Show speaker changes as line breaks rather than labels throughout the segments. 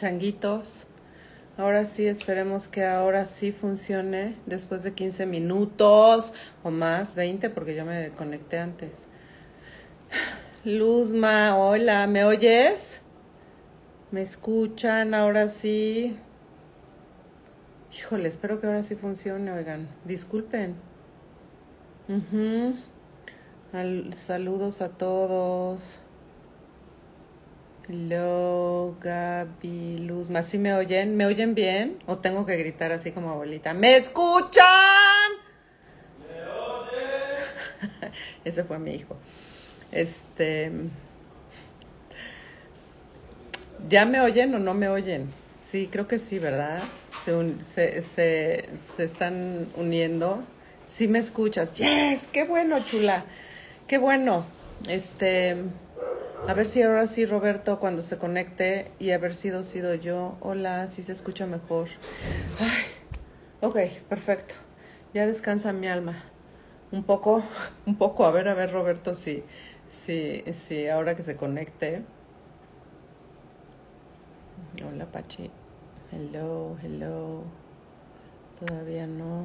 changuitos. Ahora sí, esperemos que ahora sí funcione después de 15 minutos o más, 20, porque yo me conecté antes. Luzma, hola, ¿me oyes? ¿Me escuchan? Ahora sí. Híjole, espero que ahora sí funcione, oigan. Disculpen. Saludos a todos. Hello, Gaby, Luzma. ¿Sí me oyen? ¿Me oyen bien? ¿O tengo que gritar así como abuelita? ¿Me escuchan? ¿Me oyen? Ese fue mi hijo. ¿Ya me oyen o no me oyen? Sí, creo que sí, ¿verdad? Se están uniendo. Sí me escuchas. ¡Yes! ¡Qué bueno, chula! ¡Qué bueno! A ver si ahora sí Roberto cuando se conecte y haber sido yo. Hola, si se escucha mejor. Ay, ok, perfecto. Ya descansa mi alma. Un poco, a ver Roberto si ahora que se conecte. Hola Pachi. Hello. Todavía no.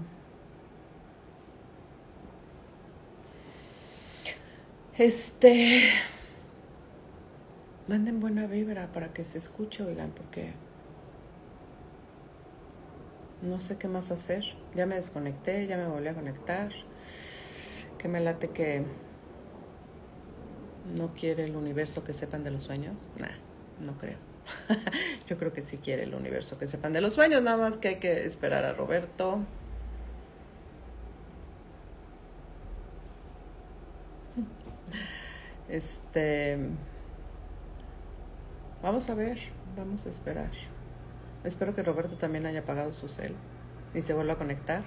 Manden buena vibra para que se escuche, oigan, porque no sé qué más hacer. Ya me desconecté, ya me volví a conectar. Que me late que no quiere el universo que sepan de los sueños. Nah, no creo. Yo creo que sí quiere el universo que sepan de los sueños, nada más que hay que esperar a Roberto. Vamos a ver, vamos a esperar. Espero que Roberto también haya apagado su cel y se vuelva a conectar.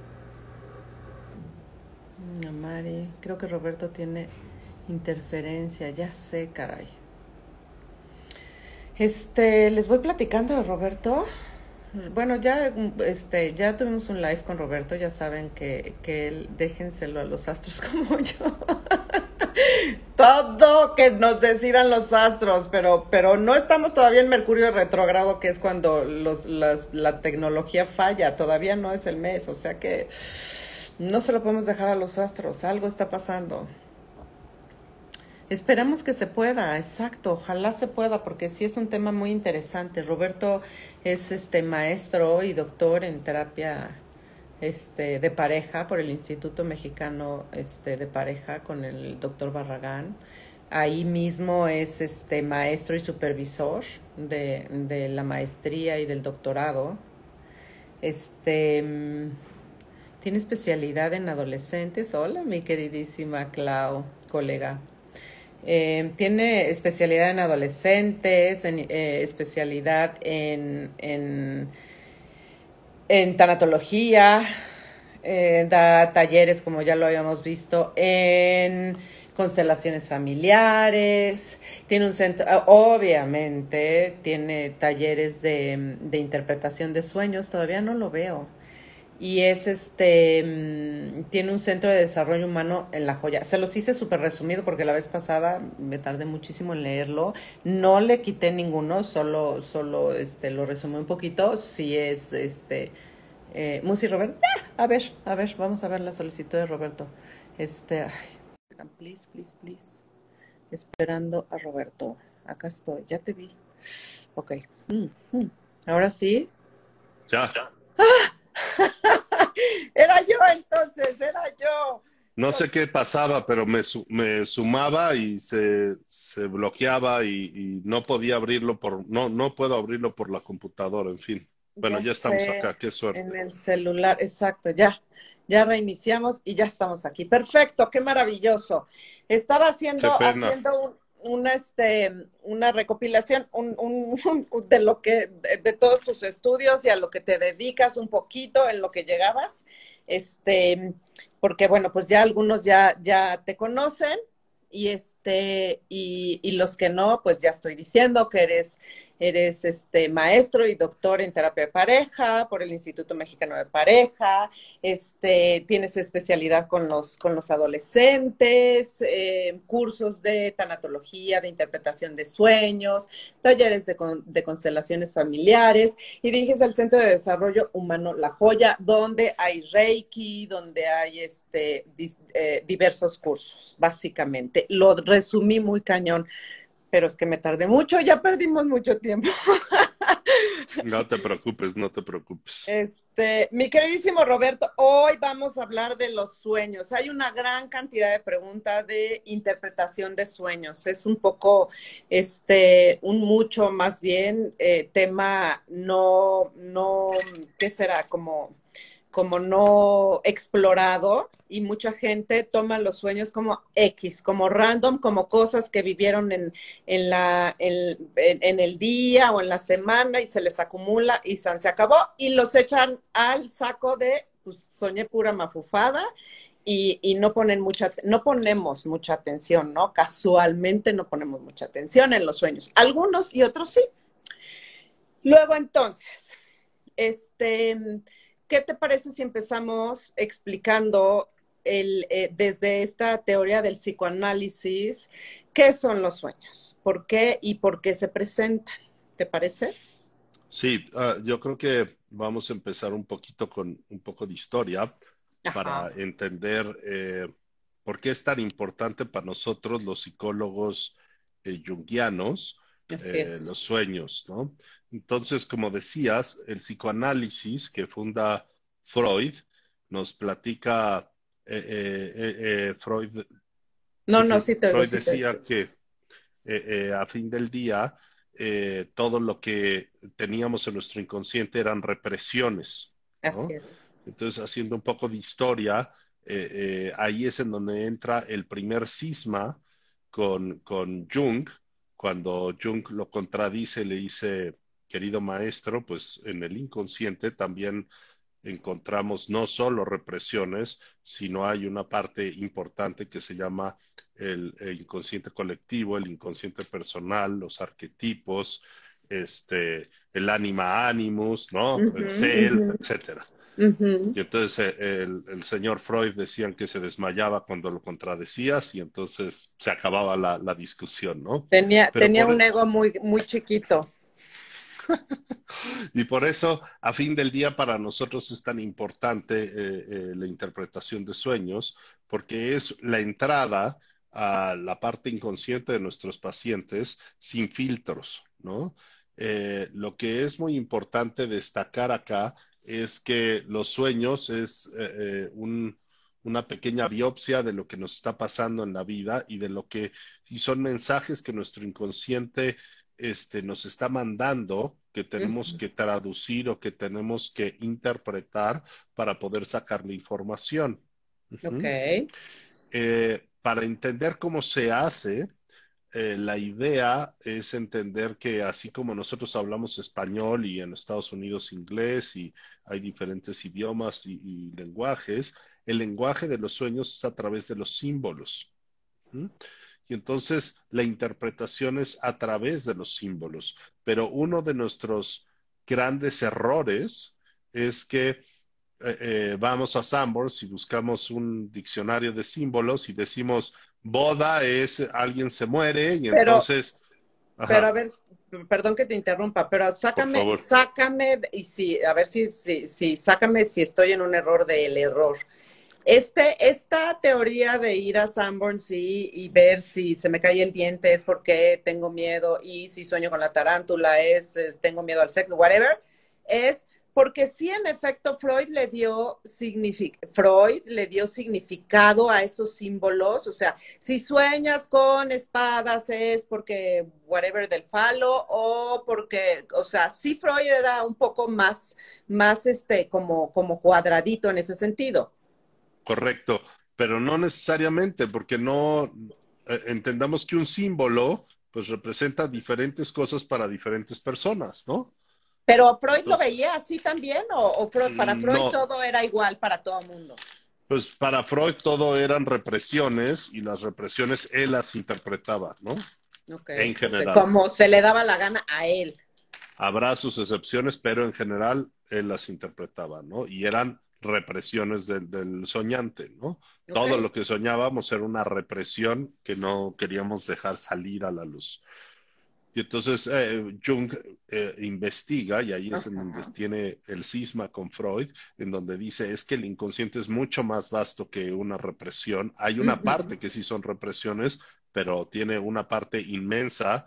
Mari, creo que Roberto tiene interferencia, ya sé, caray. Les voy platicando de Roberto. Bueno, ya tuvimos un live con Roberto, ya saben que él, déjenselo a los astros como yo. Todo que nos decidan los astros, pero no estamos todavía en Mercurio retrógrado, que es cuando la tecnología falla, todavía no es el mes, o sea que no se lo podemos dejar a los astros, algo está pasando. Esperamos que se pueda, exacto, ojalá se pueda, porque sí es un tema muy interesante. Roberto es maestro y doctor en terapia de pareja por el Instituto Mexicano de Pareja con el doctor Barragán. Ahí mismo es maestro y supervisor de la maestría y del doctorado. Tiene especialidad en adolescentes. Hola, mi queridísima Clau, colega. Tiene especialidad en adolescentes, especialidad en tanatología, da talleres, como ya lo habíamos visto, en constelaciones familiares, tiene un centro, obviamente, tiene talleres de interpretación de sueños, todavía no lo veo. Y tiene un centro de desarrollo humano en La Joya. Se los hice súper resumido porque la vez pasada me tardé muchísimo en leerlo. No le quité ninguno, solo lo resumí un poquito. Sí es, Musi Roberto. A ver, vamos a ver la solicitud de Roberto. Please. Esperando a Roberto. Acá estoy, ya te vi. Ok. Ahora sí.
Ya.
Era yo.
No sé qué pasaba, pero me sumaba y se bloqueaba y no podía abrirlo no puedo abrirlo por la computadora, en fin. Bueno,
Ya
ya estamos
sé,
acá, qué
en
suerte.
el celular, exacto, ya reiniciamos y ya estamos aquí. Perfecto, qué maravilloso. Estaba
Qué pena.
haciendo una recopilación de lo de todos tus estudios y a lo que te dedicas un poquito en lo que llegabas. Porque bueno, pues ya algunos ya te conocen y y los que no, pues ya estoy diciendo que eres eres maestro y doctor en terapia de pareja por el Instituto Mexicano de Pareja, tienes especialidad con los adolescentes, cursos de tanatología, de interpretación de sueños, talleres de constelaciones familiares y diriges el Centro de Desarrollo Humano La Joya, donde hay Reiki, donde hay diversos cursos, básicamente. Lo resumí muy cañón, pero es que me tardé mucho, ya perdimos mucho tiempo.
No te preocupes, no te preocupes.
Mi queridísimo Roberto, hoy vamos a hablar de los sueños. Hay una gran cantidad de preguntas de interpretación de sueños. Es un poco, un mucho más bien tema ¿qué será? Como no explorado y mucha gente toma los sueños como X, como random, como cosas que vivieron en el día o en la semana y se les acumula y se acabó y los echan al saco de, pues soñé pura mafufada y no ponemos mucha atención, ¿no? Casualmente no ponemos mucha atención en los sueños. Algunos y otros sí. Luego entonces, ¿qué te parece si empezamos explicando desde esta teoría del psicoanálisis qué son los sueños? ¿Por qué y por qué se presentan? ¿Te parece?
Sí, yo creo que vamos a empezar un poquito con un poco de historia
Ajá,
para entender por qué es tan importante para nosotros los psicólogos junguianos
así es.
los sueños, ¿no? Entonces, como decías, el psicoanálisis que funda Freud nos platica, Freud,
No, no, sí te oigo,
Freud
sí te oigo.
decía que a fin del día, todo lo que teníamos en nuestro inconsciente eran represiones,
Así
¿no?
es.
Entonces, haciendo un poco de historia, ahí es en donde entra el primer cisma con Jung, cuando Jung lo contradice, le dice, querido maestro, pues en el inconsciente también encontramos no solo represiones, sino hay una parte importante que se llama el inconsciente colectivo, el inconsciente personal, los arquetipos, el anima animus, ¿no?
Ujú,
El self,
ujú,
etcétera.
ujú.
Y entonces el señor Freud decían que se desmayaba cuando lo contradecías y entonces se acababa la discusión, ¿no? Pero
Tenía un
por,
ego muy, muy chiquito.
Y por eso, a fin del día, para nosotros es tan importante la interpretación de sueños, porque es la entrada a la parte inconsciente de nuestros pacientes sin filtros, ¿no? Lo que es muy importante destacar acá es que los sueños es una pequeña biopsia de lo que nos está pasando en la vida y de lo que, y son mensajes que nuestro inconsciente nos está mandando que tenemos
Ujú.
que traducir o que tenemos que interpretar para poder sacar la información.
Ok.
Ujú. Para entender cómo se hace, la idea es entender que así como nosotros hablamos español y en Estados Unidos inglés y hay diferentes idiomas y lenguajes, el lenguaje de los sueños es a través de los símbolos. ¿Mm? Y entonces la interpretación es a través de los símbolos. Pero uno de nuestros grandes errores es que vamos a Sanborns y buscamos un diccionario de símbolos y decimos boda es alguien se muere y
Pero,
entonces,
pero a
ajá,
ver, perdón que te interrumpa, pero
por favor.
sácame, y si, a ver si, sácame si estoy en un error del error. Esta teoría de ir a Sanborns y ver si se me cae el diente es porque tengo miedo y si sueño con la tarántula es tengo miedo al sexo, whatever, es porque sí, en efecto, Freud le dio significado a esos símbolos, o sea, si sueñas con espadas es porque whatever del falo o porque, o sea, sí Freud era un poco más como cuadradito en ese sentido.
Correcto, pero no necesariamente, porque no entendamos que un símbolo pues representa diferentes cosas para diferentes personas, ¿no?
Pero Freud lo veía
Entonces,
así también, o para Freud
no,
todo era igual para todo el mundo.
pues para Freud todo eran represiones y las represiones él las interpretaba, ¿no?
Ok,
En
ok.
general.
Como se le daba la gana a él.
Habrá sus excepciones, pero en general él las interpretaba, ¿no? Y eran represiones del soñante, ¿no?
Ok.
Todo lo que soñábamos era una represión que no queríamos dejar salir a la luz. Y entonces Jung investiga, y ahí es en donde
Ajá.
tiene el cisma con Freud, en donde dice es que el inconsciente es mucho más vasto que una represión. Hay una
Ujú.
parte que sí son represiones, pero tiene una parte inmensa,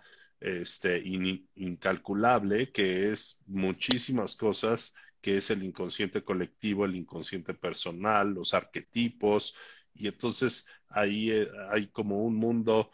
incalculable, que es muchísimas cosas, que es el inconsciente colectivo, el inconsciente personal, los arquetipos, y entonces ahí hay como un mundo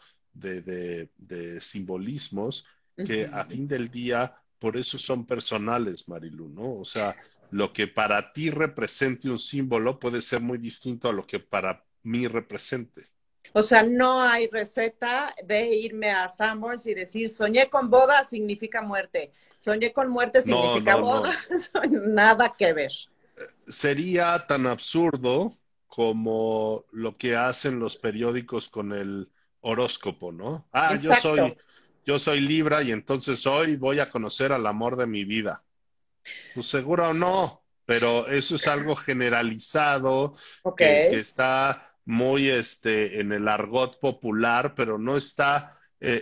de simbolismos que a
Ujú.
fin del día, por eso son personales, Marilu, ¿no? O sea, lo que para ti represente un símbolo puede ser muy distinto a lo que para mí represente.
O sea, no hay receta de irme a Summers y decir, soñé con boda significa muerte, soñé con muerte
No,
significa
no,
boda,
no.
nada que ver.
Sería tan absurdo como lo que hacen los periódicos con el horóscopo, ¿no? Ah,
Exacto.
yo soy Libra y entonces hoy voy a conocer al amor de mi vida. Pues seguro no, pero eso es algo generalizado
Ok.
que está muy en el argot popular, pero no está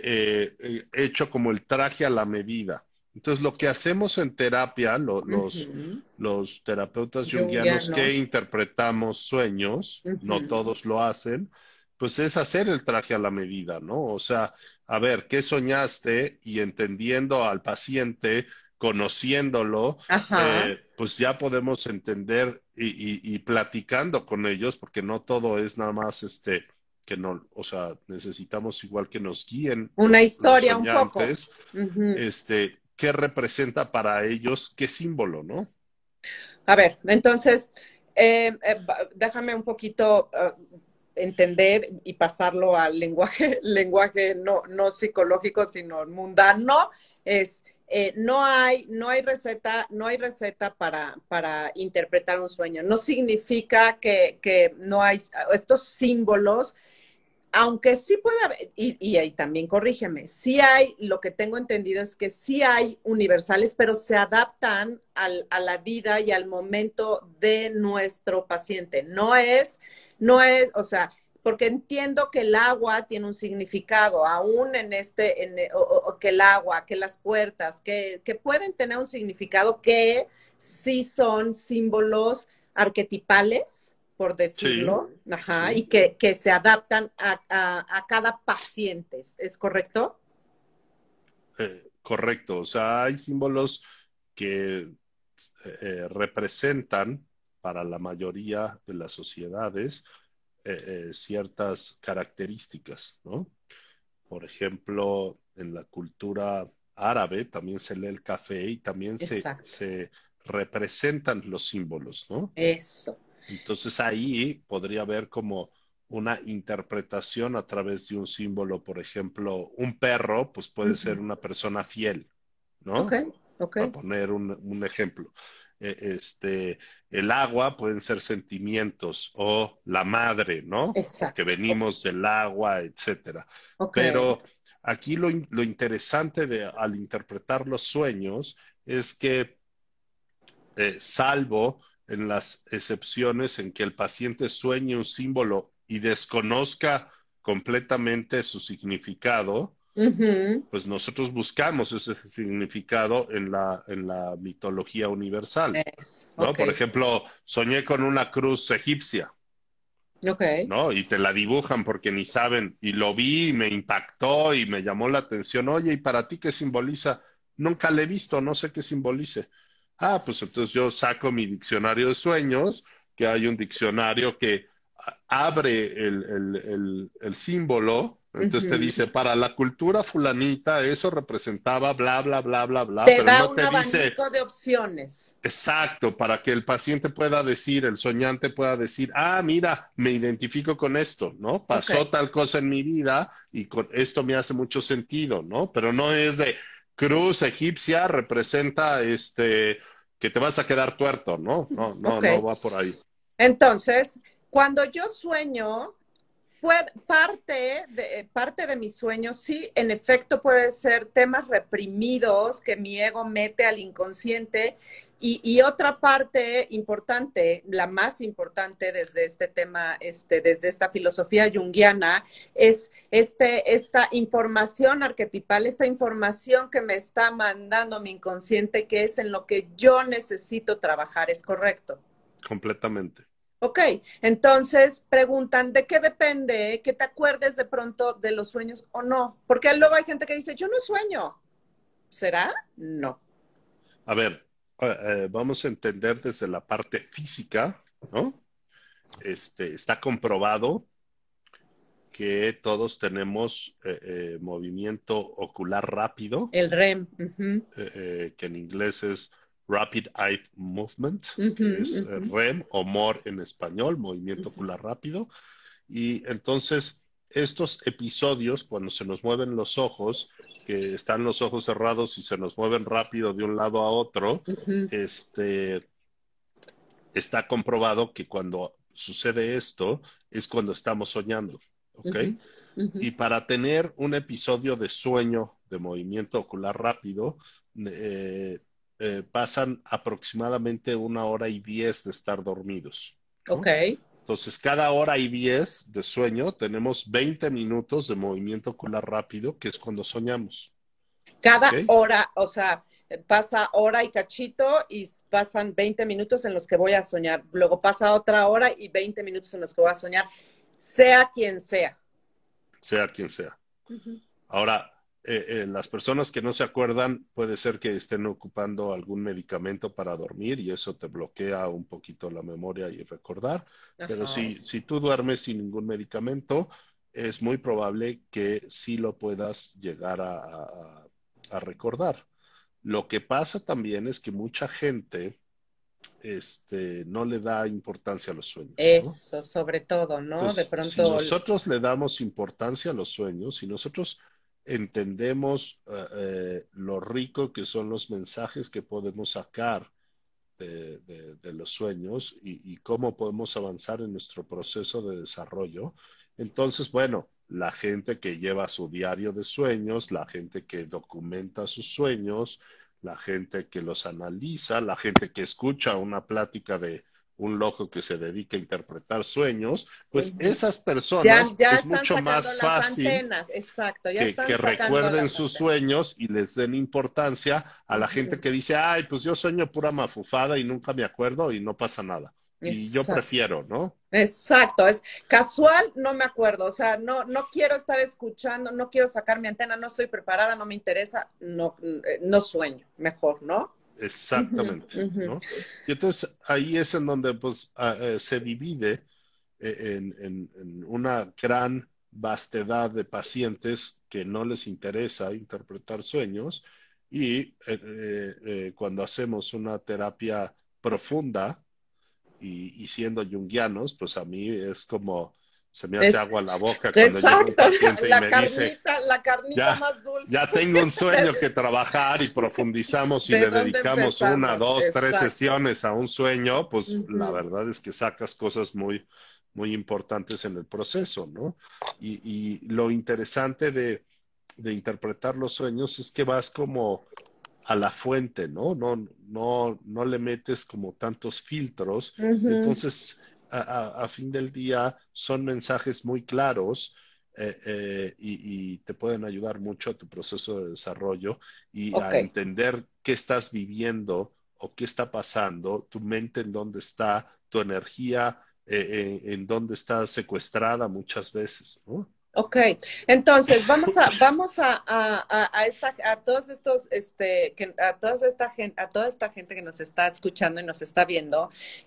hecho como el traje a la medida. Entonces, lo que hacemos en terapia,
Ujú.
los terapeutas junguianos que
Jungianos.
interpretamos sueños, no
Ujú.
todos lo hacen, pues es hacer el traje a la medida, ¿no? O sea, a ver, ¿qué soñaste? Y entendiendo al paciente, conociéndolo,
Ajá.
pues ya podemos entender y platicando con ellos, porque no todo es nada más que no, o sea, necesitamos igual que nos guíen
Una
los
historia un poco.
soñantes,
Ujú.
qué representa para ellos, qué símbolo, ¿no?
A ver, entonces, déjame un poquito entender y pasarlo al lenguaje, lenguaje no psicológico, sino mundano. Es, no hay receta, no hay receta para interpretar un sueño. No significa que no hay estos símbolos, aunque sí puede haber, y ahí también corrígeme, sí hay, lo que tengo entendido es que sí hay universales, pero se adaptan a la vida y al momento de nuestro paciente. No es, o sea, porque entiendo que el agua tiene un significado, aún en o que el agua, que las puertas, que pueden tener un significado que sí son símbolos arquetipales, por
Sí,
decirlo, ajá, y
sí,
que se adaptan a cada paciente, ¿es correcto?
correcto. O sea, hay símbolos que representan para la mayoría de las sociedades ciertas características, ¿no? Por ejemplo, en la cultura árabe también se lee el café y también
Exacto,
se representan los símbolos, ¿no?
eso.
Entonces ahí podría haber como una interpretación a través de un símbolo, por ejemplo, un perro, pues puede ser
Ujú.
una persona fiel,
Ok,
¿no?
ok,
Para poner un ejemplo. El agua pueden ser sentimientos o la madre, ¿no? Porque
exacto, ok,
venimos del agua, etcétera.
ok.
Pero aquí lo interesante al interpretar los sueños es que salvo en las excepciones en que el paciente sueñe un símbolo y desconozca completamente su significado,
Ujú.
pues nosotros buscamos ese significado en la mitología universal, ¿no?
Ok,
Por ejemplo, soñé con una cruz egipcia,
ok,
¿no? Y te la dibujan porque ni saben, y lo vi y me impactó y me llamó la atención. Oye, ¿y para ti qué simboliza? Nunca le he visto, no sé qué simbolice. Ah, pues entonces yo saco mi diccionario de sueños, que hay un diccionario que abre el símbolo, entonces te
ujú.
dice, para la cultura fulanita eso representaba bla, bla, bla, bla, bla,
Te
pero
da
no
un
te dice
abanico de opciones.
exacto, para que el paciente pueda decir, el soñante pueda decir, ah, mira, me identifico con esto, ¿no?
Ok,
Pasó tal cosa en mi vida y con esto me hace mucho sentido, ¿no? Pero no es de cruz egipcia representa que te vas a quedar tuerto, ¿no? No, no,
ok.
no va por ahí.
Entonces, cuando yo sueño, parte de mis sueños, sí, en efecto puede ser temas reprimidos que mi ego mete al inconsciente y otra parte importante, la más importante desde este tema, desde esta filosofía junguiana, es esta información arquetipal, esta información que me está mandando mi inconsciente, que es en lo que yo necesito trabajar, ¿es correcto?
Completamente.
Ok, entonces preguntan, ¿de qué depende que te acuerdes de pronto de los sueños o no? Porque luego hay gente que dice, yo no sueño. ¿Será? No.
A ver, vamos a entender desde la parte física, ¿no? Está comprobado que todos tenemos movimiento ocular rápido,
El REM. Ujú,
que en inglés es Rapid Eye Movement,
ujú,
que es
ujú,
REM o MOR en español, movimiento
ujú.
ocular rápido. Y entonces, estos episodios, cuando se nos mueven los ojos, que están los ojos cerrados y se nos mueven rápido de un lado a otro,
Ujú,
este, está comprobado que cuando sucede esto es cuando estamos soñando, ¿ok?
ujú, ujú.
Y para tener un episodio de sueño de movimiento ocular rápido, eh, pasan aproximadamente 1 hora y 10 de estar dormidos,
Ok.
¿no? Entonces, cada hora y 10 de sueño tenemos 20 minutos de movimiento ocular rápido, que es cuando soñamos, ¿ok?
Cada hora, o sea, pasa hora y cachito y pasan 20 minutos en los que voy a soñar. Luego pasa otra hora y 20 minutos en los que voy a soñar, sea quien sea.
Sea quien sea.
Ujú.
Ahora, las personas que no se acuerdan puede ser que estén ocupando algún medicamento para dormir y eso te bloquea un poquito la memoria y recordar, pero
Ajá.
si tú duermes sin ningún medicamento, es muy probable que sí lo puedas llegar a recordar. Lo que pasa también es que mucha gente no le da importancia a los sueños, ¿no?
Eso, sobre todo, ¿no? De
Entonces, si
pronto,
nosotros le damos importancia a los sueños, si nosotros entendemos lo rico que son los mensajes que podemos sacar de los sueños y cómo podemos avanzar en nuestro proceso de desarrollo, entonces, bueno, la gente que lleva su diario de sueños, la gente que documenta sus sueños, la gente que los analiza, la gente que escucha una plática de un loco que se dedica a interpretar sueños, pues
ujú.
esas
Ya,
personas
ya
es
están
mucho
sacando
más
las
fácil
antenas, exacto, ya están
que
sacando
recuerden
las
sus
antenas.
sueños y les den importancia a la gente
Ujú.
que dice, ay, pues yo sueño pura mafufada y nunca me acuerdo y no pasa nada. Y yo
Exacto.
prefiero, ¿no?
Exacto, es casual, no me acuerdo, o sea, no quiero estar escuchando, no quiero sacar mi antena, no estoy preparada, no me interesa, no sueño, mejor, ¿no? Ujú,
Exactamente,
ujú.
¿no? Y entonces ahí es en donde pues, se divide en una gran vastedad de pacientes que no les interesa interpretar sueños y cuando hacemos una terapia profunda y siendo junguianos, pues a mí es como se me hace
Es,
agua la boca cuando llega un
exacto,
paciente y me dice,
la carnita
ya,
más dulce.
ya tengo un
¿De,
sueño que trabajar y profundizamos y
de
le
dónde
dedicamos una,
empezamos?
dos, tres
Exacto.
sesiones a un sueño, pues la
Ujú.
verdad es que sacas cosas muy, muy importantes en el proceso, ¿no? Y lo interesante de interpretar los sueños es que vas como a la fuente, ¿no? No le metes como tantos filtros.
Ujú.
Entonces, a fin del día, son mensajes muy claros y te pueden ayudar mucho a tu proceso de desarrollo y
Ok.
a entender qué estás viviendo o qué está pasando, tu mente en dónde está, tu energía en dónde está secuestrada muchas veces, ¿no?
Ok, entonces a todos estos, a toda esta gente que nos está escuchando y nos está viendo,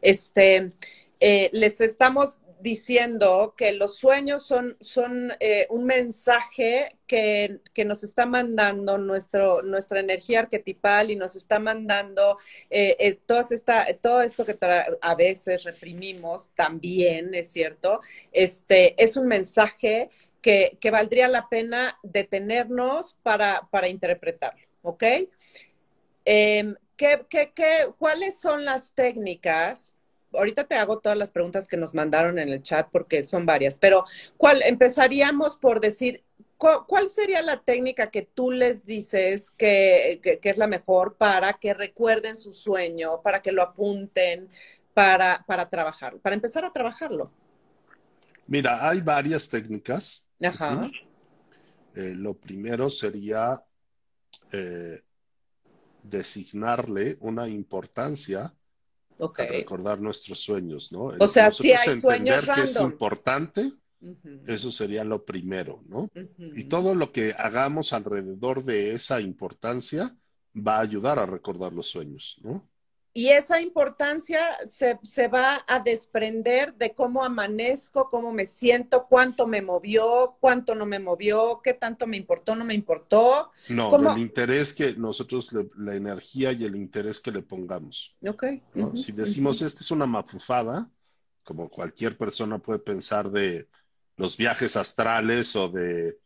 les estamos diciendo que los sueños son un mensaje que nos está mandando nuestra energía arquetipal y nos está mandando todo esto que a veces reprimimos también, es cierto, es un mensaje que valdría la pena detenernos para interpretarlo, ¿ok? ¿Cuáles son las técnicas? ahorita te hago todas las preguntas que nos mandaron en el chat porque son varias, pero empezaríamos por decir, ¿cuál sería la técnica que tú les dices que es la mejor para que recuerden su sueño, para que lo apunten, para trabajarlo, para empezar a trabajarlo?
Mira, hay varias técnicas. Ujú.
Ajá,
Lo primero sería eh, designarle una importancia
ok.
a recordar nuestros sueños, ¿no?
O sea, sí
Nosotros
hay sueños
entender que es
random.
importante,
Ujú,
eso sería lo primero, ¿no? Y
ujú.
todo lo que hagamos alrededor de esa importancia va a ayudar a recordar los sueños, ¿no?
Y esa importancia se va a desprender de cómo amanezco, cómo me siento, cuánto me movió, cuánto no me movió, qué tanto me importó, no me importó.
No, del
¿Cómo?
interés que nosotros, la energía y el interés que le pongamos,
Ok.
¿no?
Ujú,
Si
ujú.
decimos, esta es una mafufada, como cualquier persona puede pensar de los viajes astrales o de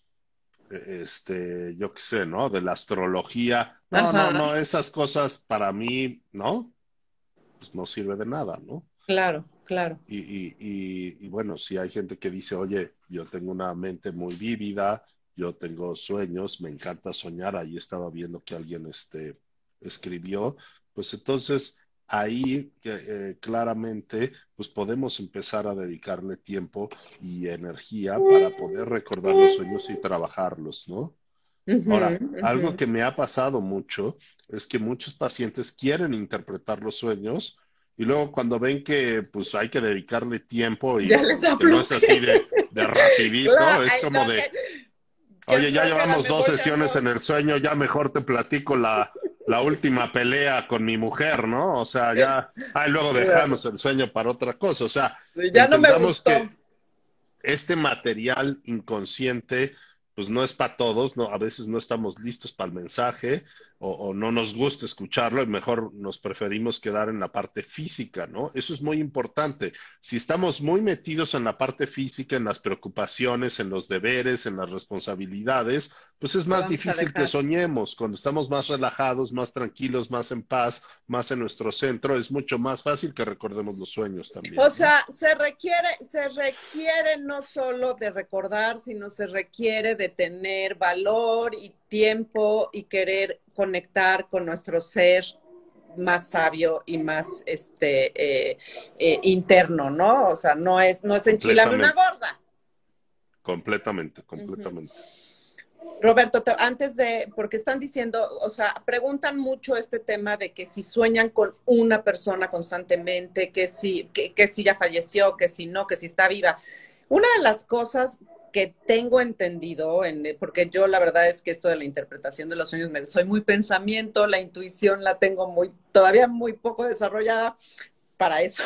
yo qué sé, ¿no? De la astrología. No, no,
Ajá,
no, esas cosas para mí, ¿no? Pues no sirve de nada, ¿no?
claro, claro.
Y bueno, si hay gente que dice, oye, yo tengo una mente muy vívida, yo tengo sueños, me encanta soñar, ahí estaba viendo que alguien escribió, pues entonces ahí claramente pues podemos empezar a dedicarle tiempo y energía para poder recordar los sueños y trabajarlos, ¿no?
Ujú,
Ahora,
ujú.
algo que me ha pasado mucho es que muchos pacientes quieren interpretar los sueños y luego cuando ven que pues hay que dedicarle tiempo
Ya
y
les
que no es así
afloje.
de rapidito,
Claro,
es
ay,
como
no,
de,
que
oye, ya
flojera,
llevamos
me
dos
voy
sesiones
mejor.
en el sueño, ya mejor te platico la última pelea con mi mujer, ¿no? O sea, ya, ay, luego
Claro.
dejamos el sueño para otra cosa. O sea,
Ya no me
entendamos
gustó.
que este material inconsciente, pues no es para todos, ¿no? A veces no estamos listos para el mensaje o no nos gusta escucharlo y mejor nos preferimos quedar en la parte física, ¿no? Eso es muy importante. Si estamos muy metidos en la parte física, en las preocupaciones, en los deberes, en las responsabilidades, pues es
Lo
más
vamos a
difícil que
dejar.
soñemos. Cuando estamos más relajados, más tranquilos, más en paz, más en nuestro centro, es mucho más fácil que recordemos los sueños
O
también, ¿no?
sea, se requiere no solo de recordar, sino se requiere de tener valor y tiempo y querer conectar con nuestro ser más sabio y más interno, ¿no? O sea, no es enchilame una
Completamente.
gorda.
Completamente,
Uh -huh.
completamente.
Roberto, antes de, porque están diciendo, o sea, preguntan mucho este tema de que si sueñan con una persona constantemente, que si ya falleció, que si no, que si está viva. Una de las cosas que tengo entendido, porque yo la verdad es que esto de la interpretación de los sueños, soy muy pensamiento, la intuición la tengo todavía muy poco desarrollada para eso.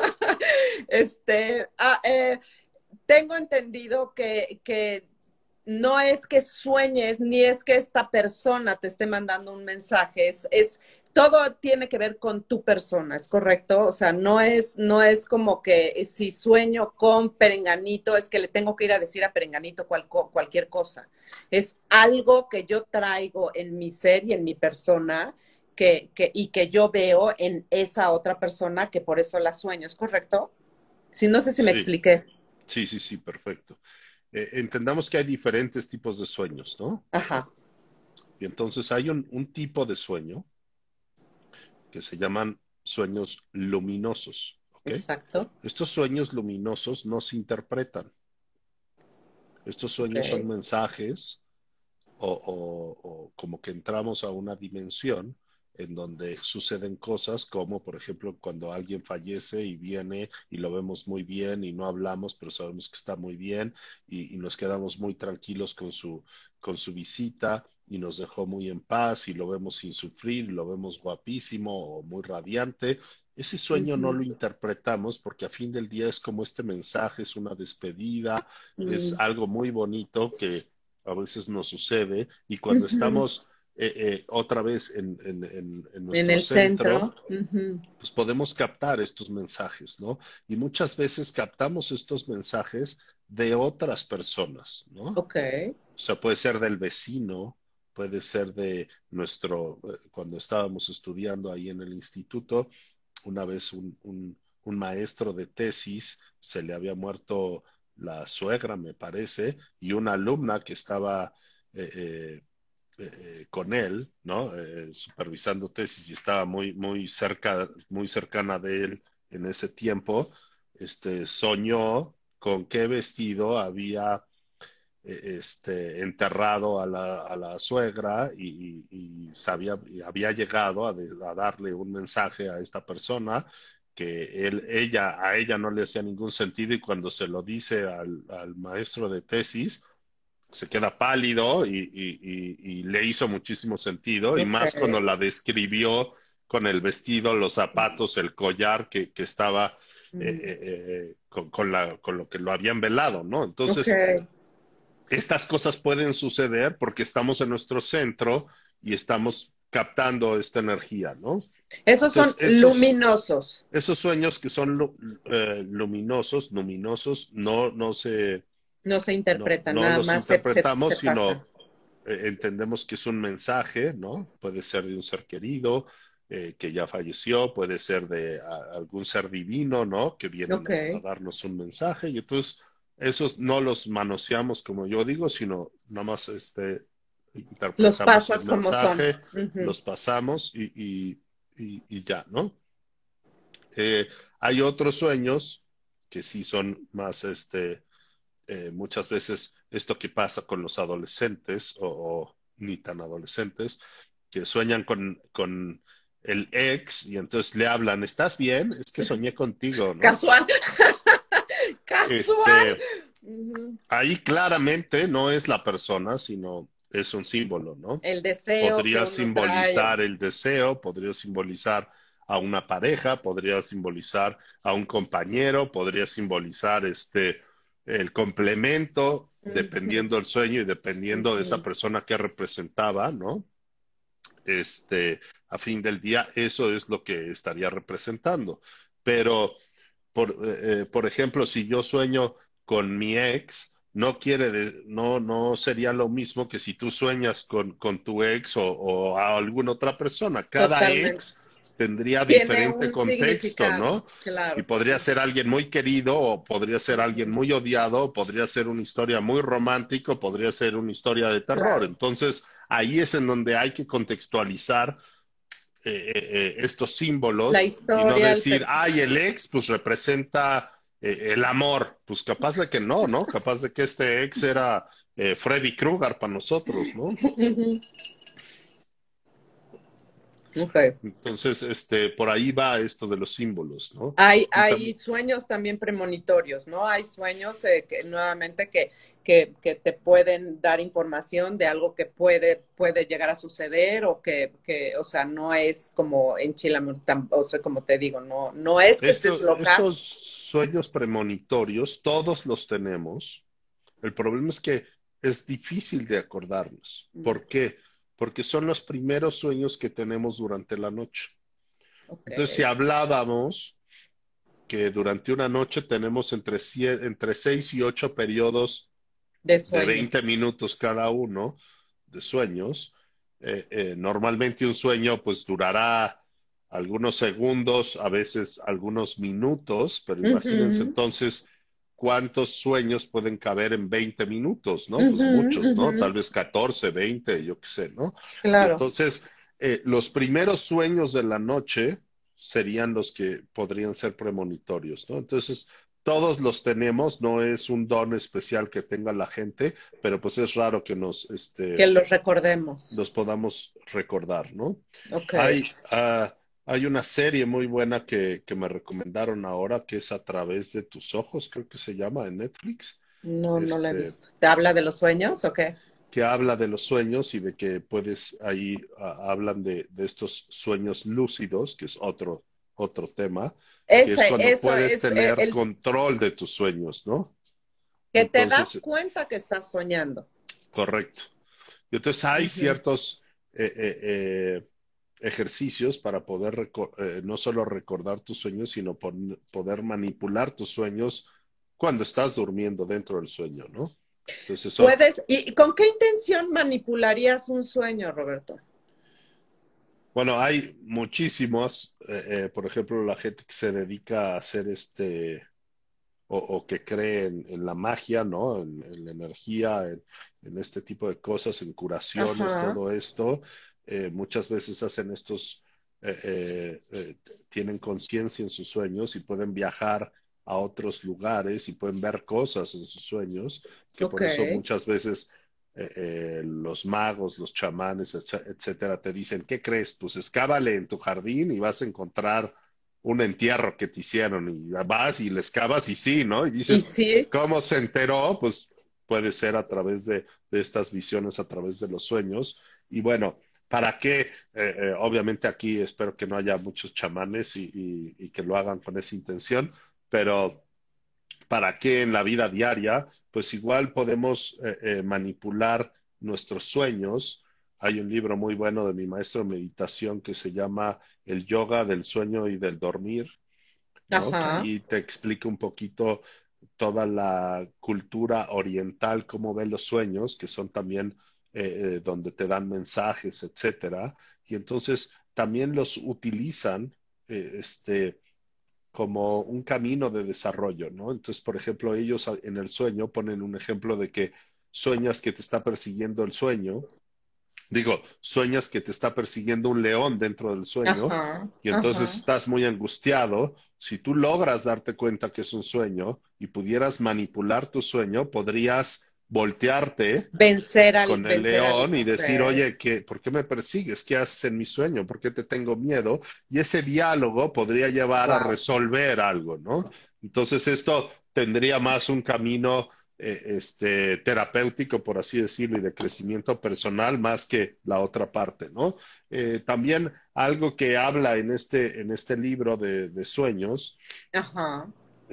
este, ah, eh, tengo entendido que no es que sueñes, ni es que esta persona te esté mandando un mensaje, todo tiene que ver con tu persona, ¿es correcto? O sea, no es como que si sueño con Perenganito, es que le tengo que ir a decir a Perenganito cualquier cosa. Es algo que yo traigo en mi ser y en mi persona y que yo veo en esa otra persona que por eso la sueño, ¿es correcto? Sí, no sé si me
Sí,
expliqué.
sí, sí, sí, perfecto. Entendamos que hay diferentes tipos de sueños, ¿no?
Ajá,
Y entonces hay un tipo de sueño que se llaman sueños luminosos, ¿ok?
exacto.
Estos sueños luminosos no se interpretan. Estos
Ok.
sueños son mensajes o como que entramos a una dimensión en donde suceden cosas como, por ejemplo, cuando alguien fallece y viene y lo vemos muy bien y no hablamos, pero sabemos que está muy bien y nos quedamos muy tranquilos con su visita y nos dejó muy en paz y lo vemos sin sufrir, lo vemos guapísimo o muy radiante. Ese sueño no
Ujú.
lo interpretamos porque a fin del día es como este mensaje, es una despedida, es
Mm.
algo muy bonito que a veces nos sucede y cuando
Ujú.
estamos otra vez en
En
nuestro
el
centro,
centro. Ujú.
pues podemos captar estos mensajes, ¿no? Y muchas veces captamos estos mensajes de otras personas, ¿no? O
Ok.
sea, puede ser del vecino, puede ser de cuando estábamos estudiando ahí en el instituto, una vez un maestro de tesis, se le había muerto la suegra, me parece, y una alumna que estaba con él, ¿no? Supervisando tesis y estaba muy cercana de él en ese tiempo, soñó con qué vestido había enterrado a la suegra y había llegado a darle un mensaje a esta persona que a ella no le hacía ningún sentido y cuando se lo dice al maestro de tesis, se queda pálido y le hizo muchísimo sentido y
Ok.
más cuando la describió con el vestido, los zapatos, el collar que estaba
Mm,
con lo que lo habían velado, ¿no?
ok.
Entonces, estas cosas pueden suceder porque estamos en nuestro centro y estamos captando esta energía, ¿no?
Esos son
Entonces,
luminosos.
esos sueños que son luminosos,
No se interpretan,
no
nada
los
más
interpretamos,
se pasan.
sino entendemos que es un mensaje, ¿no? Puede ser de un ser querido que ya falleció, puede ser de algún ser divino, ¿no? Que vienen
Ok.
a darnos un mensaje y entonces esos no los manoseamos como yo digo, sino nada más
Los
interpretamos el
pasas como son.
mensaje,
Ujú.
los pasamos y ya, ¿no? Eh, Hay otros sueños que sí son más, muchas veces esto que pasa con los adolescentes o ni tan adolescentes, que sueñan con el ex y entonces le hablan, ¿estás bien? Es que soñé contigo, ¿no?
Casual. Casual.
Este,
Ujú.
Ahí claramente no es la persona, sino es un símbolo, ¿no?
El deseo que
Podría
uno trae.
simbolizar el deseo, podría simbolizar a una pareja, podría simbolizar a un compañero, podría simbolizar el complemento,
Ujú,
dependiendo del sueño y dependiendo de esa
ujú.
persona que representaba, ¿no? A fin del día, eso es lo que estaría representando. Pero por ejemplo, si yo sueño con mi ex, no sería lo mismo que si tú sueñas con tu ex o a alguna otra persona. Cada
Totalmente.
ex tendría
Tiene
diferente
un
contexto,
significado,
¿no? Y
claro.
podría ser alguien muy querido, o podría ser alguien
Ujú,
muy odiado, o podría ser una historia muy romántica, o podría ser una historia de terror.
claro.
Entonces, ahí es en donde hay que contextualizar estos
La
símbolos y no
historia,
decir, ay, el ex, pues representa el amor. Pues capaz de que no, ¿no? Capaz de que este ex era Freddy Krueger para nosotros, ¿no?
Ujú. Ok.
Entonces, por ahí va esto de los símbolos, ¿no? Y
Hay
también,
sueños también premonitorios, ¿no? Hay sueños que nuevamente que te pueden dar información de algo que puede llegar a suceder o o sea, no es como en Chilamur, o sea, como te digo, no es que estés loca.
estos sueños premonitorios, todos los tenemos. El problema es que es difícil de acordarnos.
Mm,
¿Por qué? Porque son los primeros sueños que tenemos durante la noche.
ok,
Entonces, si hablábamos que durante una noche tenemos entre 6 y 8 periodos
de
de
sueño.
20 minutos cada uno de sueños, normalmente un sueño pues durará algunos segundos, a veces algunos minutos, pero imagínense
Ujú,
entonces cuántos sueños pueden caber en 20 minutos, ¿no? Pues
ujú,
muchos, ¿no?
ujú,
Tal vez 14, 20, yo qué sé, ¿no? Y
claro.
entonces los primeros sueños de la noche serían los que podrían ser premonitorios, ¿no? Entonces, todos los tenemos, no es un don especial que tenga la gente, pero pues es raro que
Que los recordemos.
los podamos recordar, ¿no?
Ok,
Hay, hay una serie muy buena que me recomendaron ahora, que es A través de tus ojos, creo que se llama en Netflix,
no la he
este,
visto. ¿Te habla de los sueños? Ok.
que habla de los sueños y de que puedes, ahí hablan de estos sueños lúcidos, que es otro tema, que es cuando
Eso
puedes
es
tener
el
control de tus sueños, ¿no?
que te das
Entonces,
cuenta que estás soñando.
correcto. Y entonces hay
Ujú.
ciertos ejercicios para poder no solo recordar tus sueños, sino poder manipular tus sueños cuando estás durmiendo dentro del sueño, ¿no? Entonces eso,
¿Y con qué intención manipularías un sueño, Roberto?
Bueno, hay muchísimos, por ejemplo, la gente que se dedica a hacer o que cree en la magia, ¿no? En la energía, en este tipo de cosas, en curaciones,
Ajá,
todo esto, muchas veces hacen tienen conciencia en sus sueños y pueden viajar a otros lugares y pueden ver cosas en sus sueños, que
ok.
por eso muchas veces los magos, los chamanes, etcétera, te dicen, ¿qué crees? Pues excávale en tu jardín y vas a encontrar un entierro que te hicieron y vas y le excavas y sí, ¿no? Y
Y
dices,
sí,
¿cómo se enteró? Pues puede ser a través de estas visiones, a través de los sueños. Y bueno, ¿para qué? Obviamente aquí espero que no haya muchos chamanes y que lo hagan con esa intención, pero ¿para qué en la vida diaria? Pues igual podemos manipular nuestros sueños. Hay un libro muy bueno de mi maestro de meditación que se llama El yoga del sueño y del dormir, ¿no? Que
ajá,
ahí te explica un poquito toda la cultura oriental, cómo ve los sueños, que son también donde te dan mensajes, etcétera. Y entonces también los utilizan como un camino de desarrollo, ¿no? Entonces, por ejemplo, ellos en el sueño ponen un ejemplo de que sueñas que te está persiguiendo el sueño. Digo, sueñas que te está persiguiendo un león dentro del sueño
ajá,
y entonces
ajá.
estás muy angustiado. Si tú logras darte cuenta que es un sueño y pudieras manipular tu sueño, podrías voltearte con el
Vencer al,
león y decir,
ok.
oye, ¿por qué me persigues? ¿Qué haces en mi sueño? ¿Por qué te tengo miedo? Y ese diálogo podría llevar a
Wow.
resolver algo, ¿no? Entonces esto tendría más un camino terapéutico, por así decirlo, y de crecimiento personal más que la otra parte, ¿no? También algo que habla en este libro de sueños,
Ajá.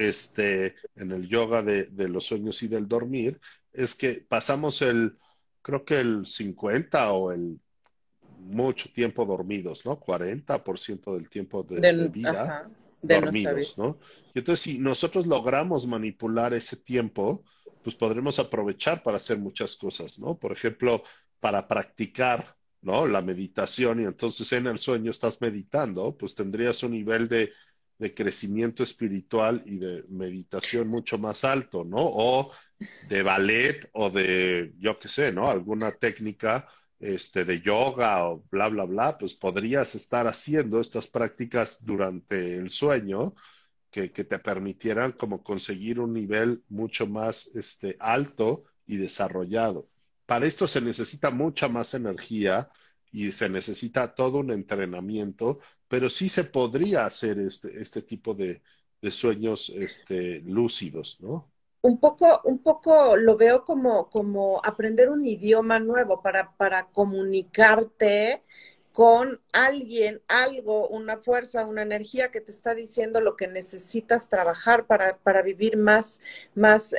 en el yoga de los sueños y del dormir, es que pasamos creo que el 50 o el mucho tiempo dormidos, ¿no? 40% del tiempo de vida
Ajá. De nuestra vida.
dormidos, ¿no? Y entonces, si nosotros logramos manipular ese tiempo, pues podremos aprovechar para hacer muchas cosas, ¿no? Por ejemplo, para practicar, ¿no? La meditación y entonces en el sueño estás meditando, pues tendrías un nivel de crecimiento espiritual y de meditación mucho más alto, ¿no? O de ballet o de, yo qué sé, ¿no? Alguna técnica de yoga o bla, bla, bla, pues podrías estar haciendo estas prácticas durante el sueño que te permitieran como conseguir un nivel mucho más alto y desarrollado. Para esto se necesita mucha más energía y se necesita todo un entrenamiento, pero sí se podría hacer este tipo de sueños lúcidos, ¿no?
Un poco lo veo como, como aprender un idioma nuevo para comunicarte con alguien, algo, una fuerza, una energía que te está diciendo lo que necesitas trabajar para vivir más, más,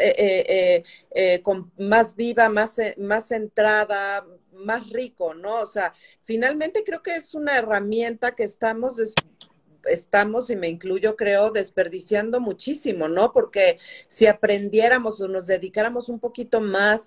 con, más viva, más, más centrada, más rico, ¿no? O sea, finalmente creo que es una herramienta que estamos, y me incluyo, creo, desperdiciando muchísimo, ¿no? Porque si aprendiéramos o nos dedicáramos un poquito más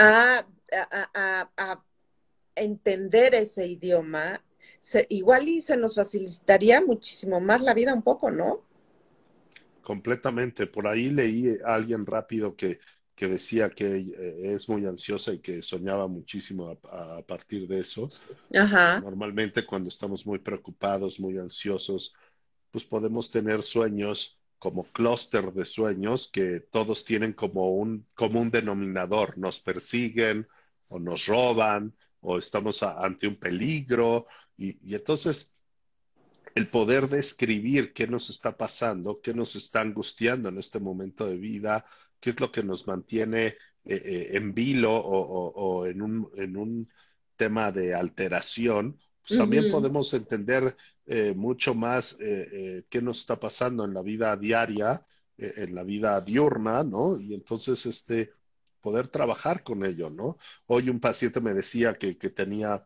a entender ese idioma, igual y se nos facilitaría muchísimo más la vida un poco, ¿no?
Completamente. Por ahí leí a alguien rápido que decía que es muy ansiosa y que soñaba muchísimo a partir de eso.
Ajá.
Normalmente cuando estamos muy preocupados, muy ansiosos, pues podemos tener sueños como clúster de sueños que todos tienen como un común denominador. Nos persiguen o nos roban o estamos ante un peligro y entonces el poder describir qué nos está pasando, qué nos está angustiando en este momento de vida, qué es lo que nos mantiene en vilo o en un tema de alteración, pues también
Ujú.
podemos entender mucho más qué nos está pasando en la vida diaria, en la vida diurna, ¿no? Y entonces, poder trabajar con ello, ¿no? Hoy un paciente me decía que tenía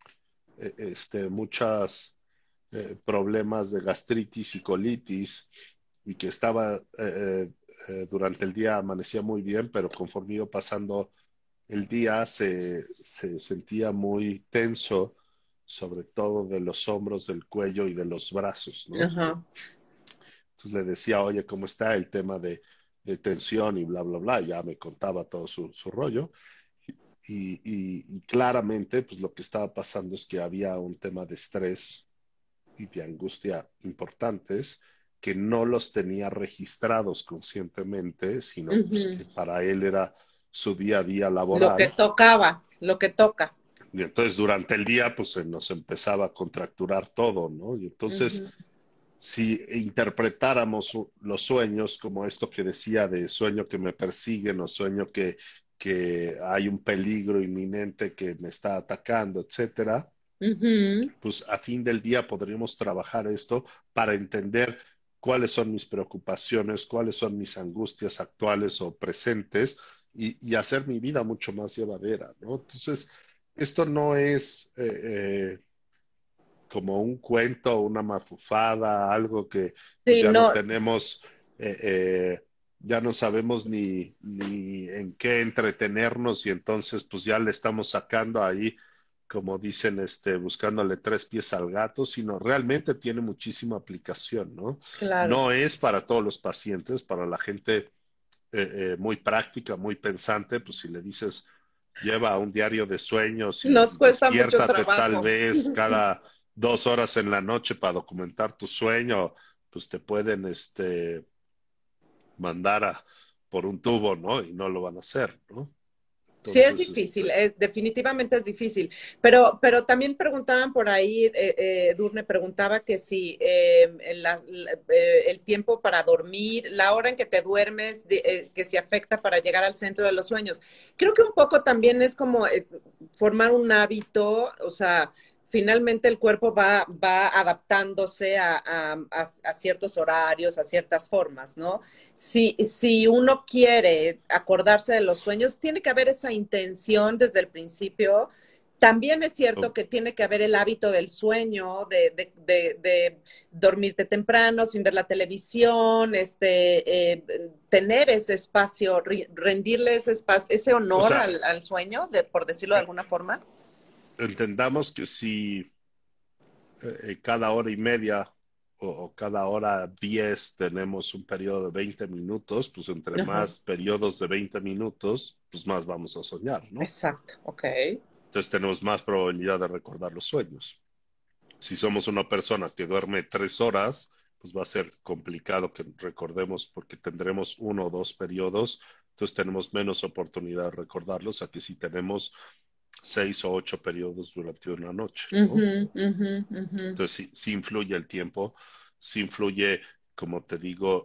muchas problemas de gastritis y colitis y que estaba durante el día amanecía muy bien, pero conforme iba pasando el día se sentía muy tenso sobre todo de los hombros, del cuello y de los brazos, ¿no?
Ajá.
Entonces le decía, oye, ¿cómo está el tema de tensión y bla, bla, bla? Ya me contaba todo su rollo. Y claramente, pues lo que estaba pasando es que había un tema de estrés y de angustia importantes que no los tenía registrados conscientemente, sino pues
Ujú.
que para él era su día a día
Lo que
laboral.
tocaba, lo que toca.
Y entonces durante el día pues se nos empezaba a contracturar todo, ¿no? Y entonces
Ujú.
si interpretáramos los sueños como esto que decía de sueño que me persiguen o sueño que hay un peligro inminente que me está atacando, etcétera,
Ujú.
pues a fin del día podríamos trabajar esto para entender cuáles son mis preocupaciones, cuáles son mis angustias actuales o presentes y hacer mi vida mucho más llevadera, ¿no? Entonces, esto no es como un cuento, una mafufada, algo que pues
Sí,
ya no
no,
tenemos, ya no sabemos ni en qué entretenernos y entonces pues ya le estamos sacando ahí, como dicen, buscándole tres pies al gato, sino realmente tiene muchísima aplicación, ¿no?
claro.
No es para todos los pacientes, para la gente muy práctica, muy pensante, pues si le dices, lleva un diario de sueños y
Nos cuesta mucho
despiértate tal
trabajo.
vez cada 2 horas en la noche para documentar tu sueño, pues te pueden mandar por un tubo, ¿no? Y no lo van a hacer, ¿no?
Sí, es
Entonces,
difícil, definitivamente es difícil. Pero también preguntaban por ahí, Edurne preguntaba que si el tiempo para dormir, la hora en que te duermes, que si afecta para llegar al centro de los sueños. Creo que un poco también es como formar un hábito, o sea, finalmente el cuerpo va adaptándose a ciertos horarios, a ciertas formas, ¿no? Si uno quiere acordarse de los sueños, tiene que haber esa intención desde el principio. También es cierto que tiene que haber el hábito del sueño, de dormirte temprano, sin ver la televisión, tener ese espacio, rendirle ese espacio, ese
o
honor
sea,
al sueño, por decirlo de alguna forma.
entendamos que si cada hora y media o cada hora 10 tenemos un periodo de 20 minutos, pues entre
Ajá.
más periodos de 20 minutos, pues más vamos a soñar, ¿no?
Exacto, ok.
Entonces tenemos más probabilidad de recordar los sueños. Si somos una persona que duerme 3 horas, pues va a ser complicado que recordemos porque tendremos 1 o 2 periodos, entonces tenemos menos oportunidad de recordarlos a que si tenemos 6 o 8 periodos durante una noche, ¿no?
Ujú, ujú, ujú.
Entonces sí influye el tiempo, sí influye, como te digo,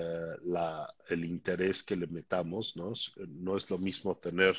el interés que le metamos, ¿no? No es lo mismo tener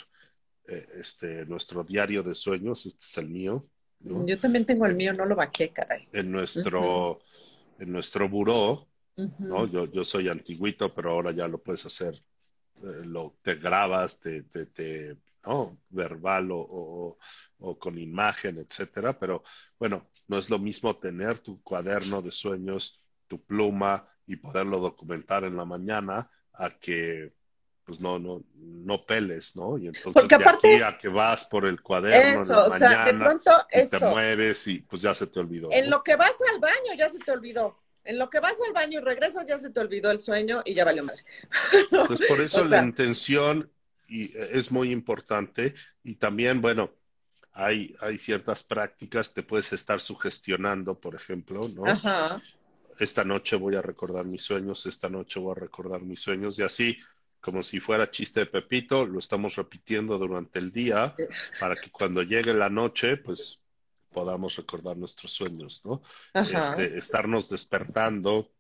nuestro diario de sueños, este es el mío, ¿no?
Yo también tengo el
En,
mío, no lo bajé, caray.
en
Ujú,
nuestro, en nuestro buró, ¿no?
ujú.
Yo soy antiguito, pero ahora ya lo puedes hacer, te grabas, ¿no? Verbal o con imagen, etcétera, pero bueno, no es lo mismo tener tu cuaderno de sueños, tu pluma y poderlo documentar en la mañana a que pues no peles, ¿no? Y
Porque
entonces de aquí
aparte,
a que vas por el cuaderno en la
eso, o sea, de
mañana
pronto,
y te
eso,
mueves y pues ya se te olvidó,
en
¿no?
lo que vas al baño ya se te olvidó. En lo que vas al baño y regresas ya se te olvidó el sueño y ya valió madre. ¿No?
Entonces por
O
eso la
sea,
intención es muy importante y también, bueno, hay ciertas prácticas, te puedes estar sugestionando, por ejemplo, ¿no?
ajá.
Esta noche voy a recordar mis sueños, esta noche voy a recordar mis sueños y así, como si fuera chiste de Pepito, lo estamos repitiendo durante el día para que cuando llegue la noche, pues podamos recordar nuestros sueños, ¿no?
Ajá.
Estarnos despertando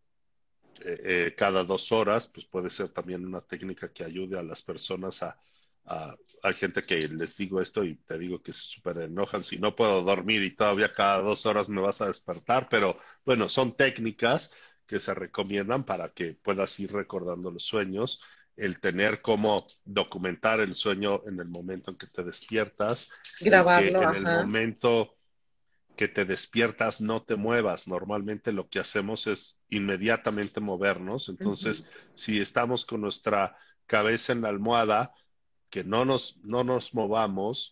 cada 2 horas, pues puede ser también una técnica que ayude a las personas hay gente que les digo esto y te digo que se súper enojan si no puedo dormir y todavía cada 2 horas me vas a despertar, pero bueno, son técnicas que se recomiendan para que puedas ir recordando los sueños, el tener como documentar el sueño en el momento en que te despiertas y que
Grabarlo,
en el
ajá.
momento que te despiertas, no te muevas. Normalmente lo que hacemos es inmediatamente movernos.
Ujú.
Entonces, si estamos con nuestra cabeza en la almohada, que no nos movamos,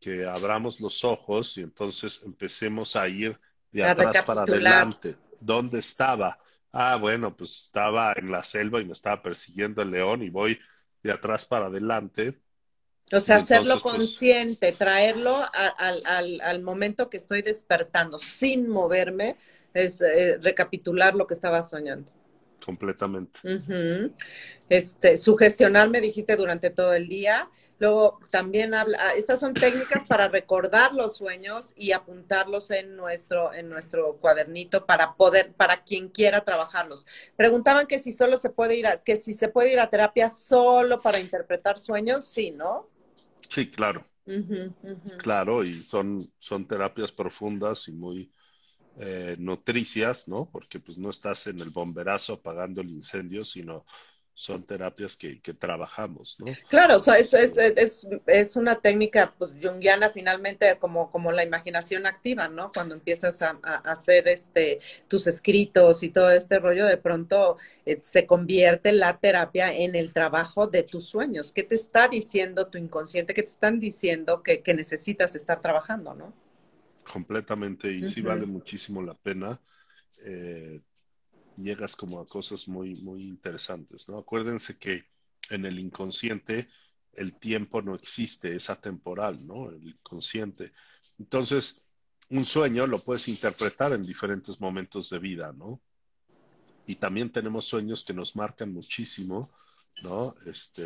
que abramos los ojos y entonces empecemos a ir de
A
atrás para
recapitular.
adelante. ¿Dónde estaba? Ah, bueno, pues estaba en la selva y me estaba persiguiendo el león y voy de atrás para adelante.
O
Y
sea, hacerlo
entonces, pues,
consciente, traerlo al momento que estoy despertando sin moverme, es recapitular lo que estaba soñando.
completamente.
Ujú. Sugestionar, me dijiste, durante todo el día. Luego también estas son técnicas para recordar los sueños y apuntarlos en nuestro cuadernito para quien quiera trabajarlos. Preguntaban que si solo se puede que si se puede ir a terapia solo para interpretar sueños, sí, ¿no?
Sí, claro,
Ujú, ujú.
claro, y son terapias profundas y muy nutricias, ¿no? Porque pues no estás en el bomberazo apagando el incendio, sino son terapias que trabajamos, ¿no?
Claro, o sea,
Este,
es una técnica pues, junguiana finalmente como la imaginación activa, ¿no? Cuando empiezas a hacer tus escritos y todo este rollo, de pronto se convierte la terapia en el trabajo de tus sueños. ¿Qué te está diciendo tu inconsciente? ¿Qué te están diciendo que necesitas estar trabajando, ¿no?
completamente, y sí vale
Ujú.
muchísimo la pena. Eh, llegas como a cosas muy, muy interesantes, ¿no? Acuérdense que en el inconsciente el tiempo no existe, es atemporal, ¿no? El inconsciente. Entonces, un sueño lo puedes interpretar en diferentes momentos de vida, ¿no? Y también tenemos sueños que nos marcan muchísimo, ¿no?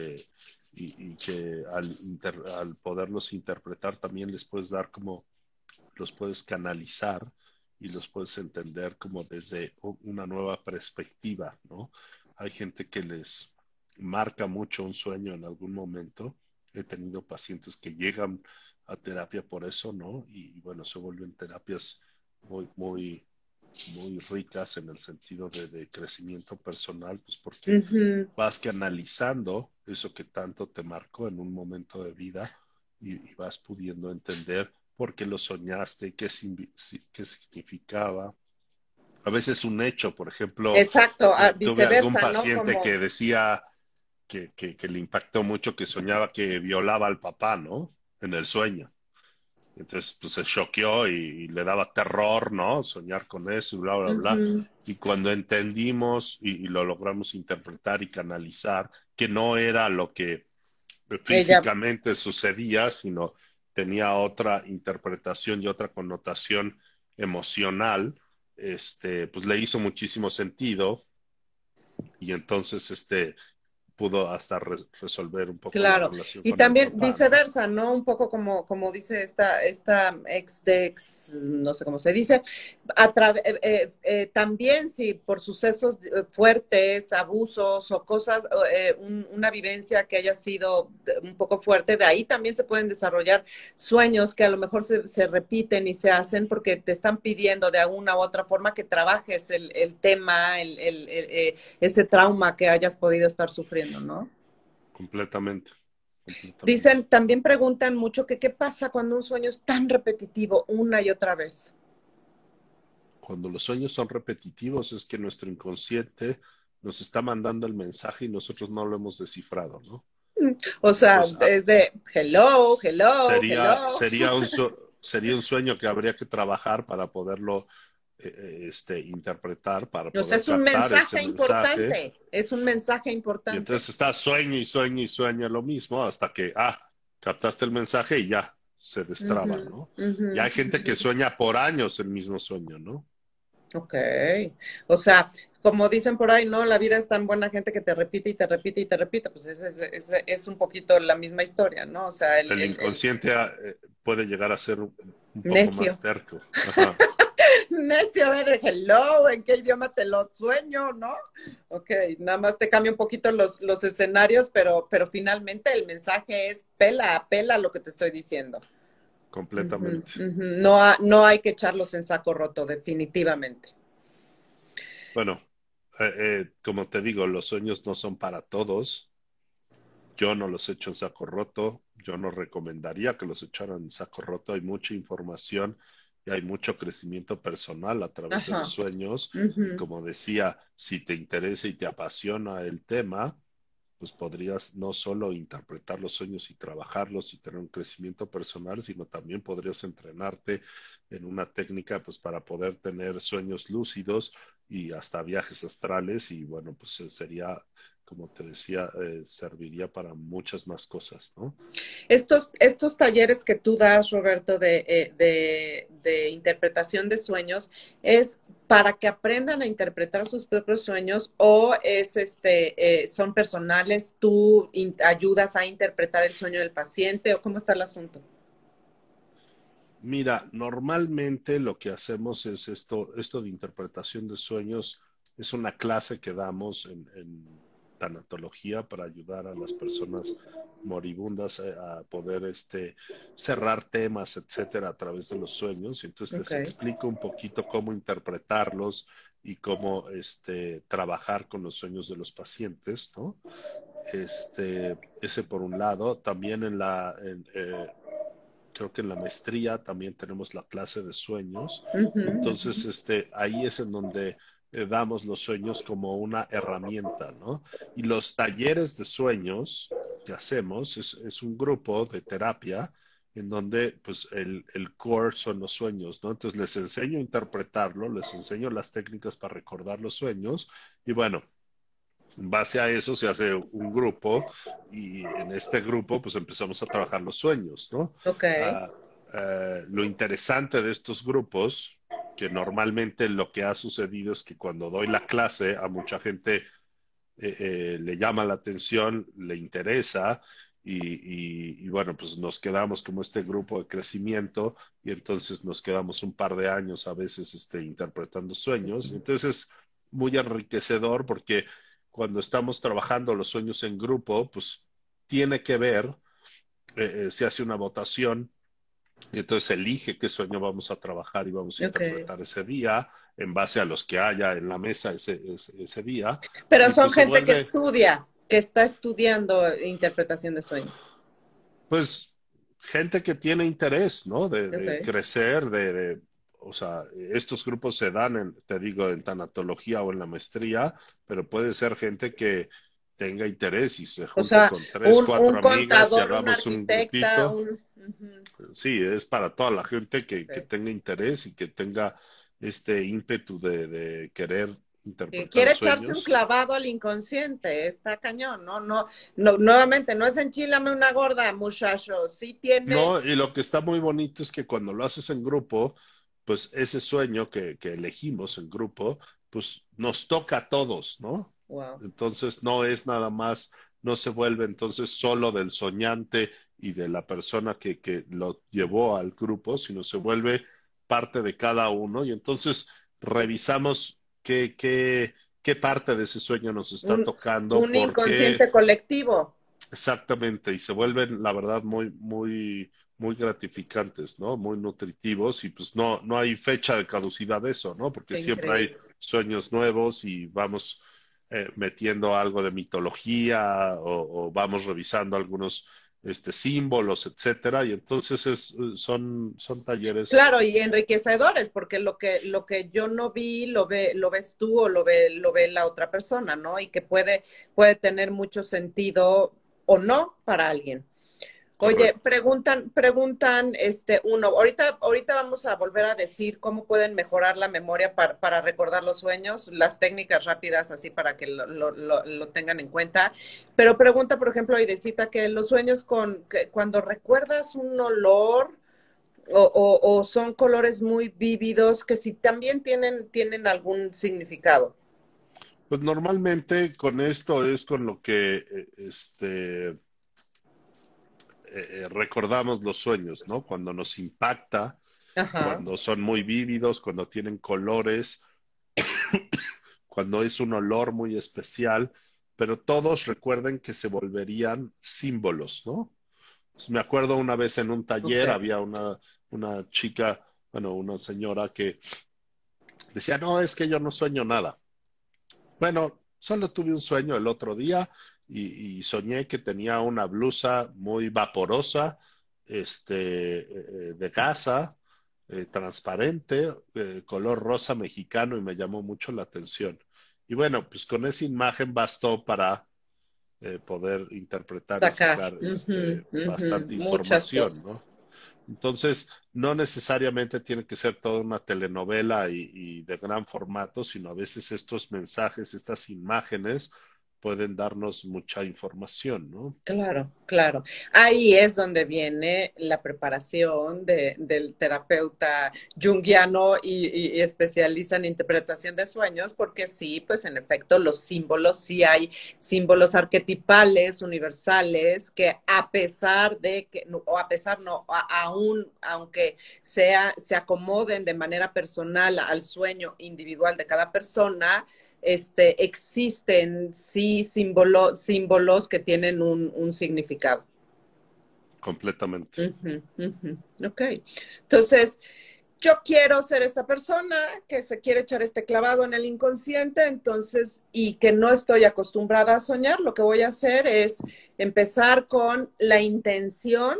Y que al poderlos interpretar también les puedes dar como, los puedes canalizar y los puedes entender como desde una nueva perspectiva, ¿no? Hay gente que les marca mucho un sueño en algún momento. He tenido pacientes que llegan a terapia por eso, ¿no? Y bueno, se vuelven terapias muy, muy muy ricas en el sentido de crecimiento personal, pues porque
Ujú.
vas canalizando eso que tanto te marcó en un momento de vida y vas pudiendo entender por qué lo soñaste, qué significaba. A veces un hecho, por ejemplo,
Exacto,
tuve algún
viceversa, ¿no?
paciente
Como,
que decía que le impactó mucho que soñaba que violaba al papá, ¿no? En el sueño. Entonces, pues se choqueó y le daba terror, ¿no? Soñar con eso y bla, bla, bla.
ujú.
Y cuando entendimos y lo logramos interpretar y canalizar, que no era lo que
Ella,
físicamente sucedía, sino tenía otra interpretación y otra connotación emocional, pues le hizo muchísimo sentido y entonces pudo hasta resolver un poco la
claro,
relación
y
con el
también
papá, ¿no?
viceversa, ¿no? Un poco como dice esta ex, no sé cómo se dice, también si por sucesos fuertes, abusos o cosas, una vivencia que haya sido un poco fuerte, de ahí también se pueden desarrollar sueños que a lo mejor se repiten y se hacen porque te están pidiendo de alguna u otra forma que trabajes el tema, este trauma que hayas podido estar sufriendo, ¿no?
Completamente, completamente.
Dicen, también preguntan mucho que qué pasa cuando un sueño es tan repetitivo una y otra vez.
Cuando los sueños son repetitivos es que nuestro inconsciente nos está mandando el mensaje y nosotros no lo hemos descifrado, ¿no?
O sea,
Entonces,
desde hello, hello,
sería,
hello.
sería un sueño que habría que trabajar para poderlo interpretar, para
O sea,
poder
es un
captar ese
mensaje
mensaje.
importante, es un mensaje
Y
importante.
entonces está sueño y sueño y sueña lo mismo hasta que, captaste el mensaje y ya se destraba,
Ujú,
¿no?
ujú,
Y hay gente que
ujú.
sueña por años el mismo sueño, ¿no?
Ok. O sea, como dicen por ahí, ¿no? La vida es tan buena gente que te repite y te repite y te repite. Pues es un poquito la misma historia, ¿no? O sea,
El inconsciente puede llegar a ser un poco más
necio.
terco. Ajá,
Necio, a ver, hello, ¿en qué idioma te lo sueño, no? Ok, nada más te cambia un poquito los escenarios, pero finalmente el mensaje es pela, pela lo que te estoy diciendo. Ujú,
completamente.
ujú. No hay que echarlos en saco roto, definitivamente.
Bueno, como te digo, los sueños no son para todos. Yo no los echo en saco roto. Yo no recomendaría que los echaran en saco roto. Hay mucha información y hay mucho crecimiento personal a través de los
Ajá.
sueños. Y
Ujú,
como decía, si te interesa y te apasiona el tema, pues podrías no solo interpretar los sueños y trabajarlos y tener un crecimiento personal, sino también podrías entrenarte en una técnica pues para poder tener sueños lúcidos y hasta viajes astrales y bueno, pues sería, como te decía, serviría para muchas más cosas, ¿no?
Estos talleres que tú das, Roberto, de interpretación de sueños, ¿es para que aprendan a interpretar sus propios sueños o son personales? ¿Tú ayudas a interpretar el sueño del paciente o cómo está el asunto?
Mira, normalmente lo que hacemos es esto de interpretación de sueños, es una clase que damos en tanatología para ayudar a las personas moribundas a poder cerrar temas, etcétera, a través de los sueños. Y entonces
Ok.
les explico un poquito cómo interpretarlos y cómo trabajar con los sueños de los pacientes, ¿no? Ese por un lado. También creo que en la maestría también tenemos la clase de sueños.
Ujú,
Entonces,
ujú.
ahí es en donde damos los sueños como una herramienta, ¿no? Y los talleres de sueños que hacemos es un grupo de terapia en donde pues el core son los sueños, ¿no? Entonces les enseño a interpretarlo, les enseño las técnicas para recordar los sueños y bueno, en base a eso se hace un grupo y en este grupo pues empezamos a trabajar los sueños, ¿no?
Ok.
Ah, lo interesante de estos grupos, que normalmente lo que ha sucedido es que cuando doy la clase a mucha gente le llama la atención, le interesa y bueno, pues nos quedamos como este grupo de crecimiento y entonces nos quedamos un par de años a veces interpretando sueños. Entonces es muy enriquecedor porque cuando estamos trabajando los sueños en grupo, pues tiene que ver, se hace una votación y entonces elige qué sueño vamos a trabajar y vamos a
Ok.
interpretar ese día en base a los que haya en la mesa ese día.
Pero
Y
son
pues se
gente que
vuelve,
estudia, que está estudiando interpretación de sueños.
pues, gente que tiene interés, ¿no? De
Ok.
crecer, o sea, estos grupos se dan, te digo, en tanatología o en la maestría, pero puede ser gente que tenga interés y se
O
junte
sea,
con tres, cuatro
un
amigas y
contador, un
hagamos un
arquitecta,
grupito.
un... Ujú,
Sí, es para toda la gente que
ok.
tenga interés y que tenga este ímpetu de querer
Que
interpretar
quiere echarse un
sueños.
clavado al inconsciente, está cañón, ¿no? No, no, nuevamente, no es enchilame una gorda, muchacho, sí tiene,
No, y lo que está muy bonito es que cuando lo haces en grupo, pues ese sueño que elegimos en grupo, pues nos toca a todos, ¿no?
wow.
Entonces no es nada más, no se vuelve entonces solo del soñante y de la persona que lo llevó al grupo, sino se vuelve parte de cada uno y entonces revisamos qué parte de ese sueño nos está
Un,
tocando,
un
por qué.
inconsciente colectivo.
Exactamente, y se vuelven, la verdad, muy gratificantes, ¿no? Muy nutritivos y pues no hay fecha de caducidad de eso, ¿no? Porque
Qué
siempre hay
increíble.
sueños nuevos y vamos metiendo algo de mitología o vamos revisando algunos símbolos, etcétera, y entonces son talleres.
Claro, y enriquecedores, porque lo que yo no vi, lo ves tú o lo ve la otra persona, ¿no? Y que puede tener mucho sentido o no para alguien. Oye,
Correcto.
uno, ahorita vamos a volver a decir cómo pueden mejorar la memoria para recordar los sueños, las técnicas rápidas así para que lo tengan en cuenta. Pero pregunta, por ejemplo, Aidecita, que los sueños cuando recuerdas un olor o son colores muy vívidos, que si también tienen algún significado.
Pues normalmente con esto es con lo que recordamos los sueños, ¿no? Cuando nos impacta,
Ajá,
cuando son muy vívidos, cuando tienen colores, cuando es un olor muy especial, pero todos recuerden que se volverían símbolos, ¿no? Pues me acuerdo una vez en un
ok,
taller había una chica, bueno, una señora que decía, no, es que yo no sueño nada. Bueno, solo tuve un sueño el otro día y soñé que tenía una blusa muy vaporosa, de gasa, transparente, color rosa mexicano y me llamó mucho la atención. Y bueno, pues con esa imagen bastó para poder interpretar y
Sacar.
sacar
Ujú, ujú.
bastante
Muchas
información, ¿no?
cosas.
Entonces, no necesariamente tiene que ser toda una telenovela y de gran formato, sino a veces estos mensajes, estas imágenes pueden darnos mucha información, ¿no?
Claro, claro. Ahí es donde viene la preparación del terapeuta junguiano y especialista en interpretación de sueños, porque sí, pues en efecto los símbolos, sí hay símbolos arquetipales, universales, que a pesar de que, o a pesar no, aún, aunque se acomoden de manera personal al sueño individual de cada persona, existen sí símbolos que tienen un significado.
Completamente.
Uh-huh, uh-huh. Ok. Entonces, yo quiero ser esta persona que se quiere echar este clavado en el inconsciente, entonces, y que no estoy acostumbrada a soñar, lo que voy a hacer es empezar con la intención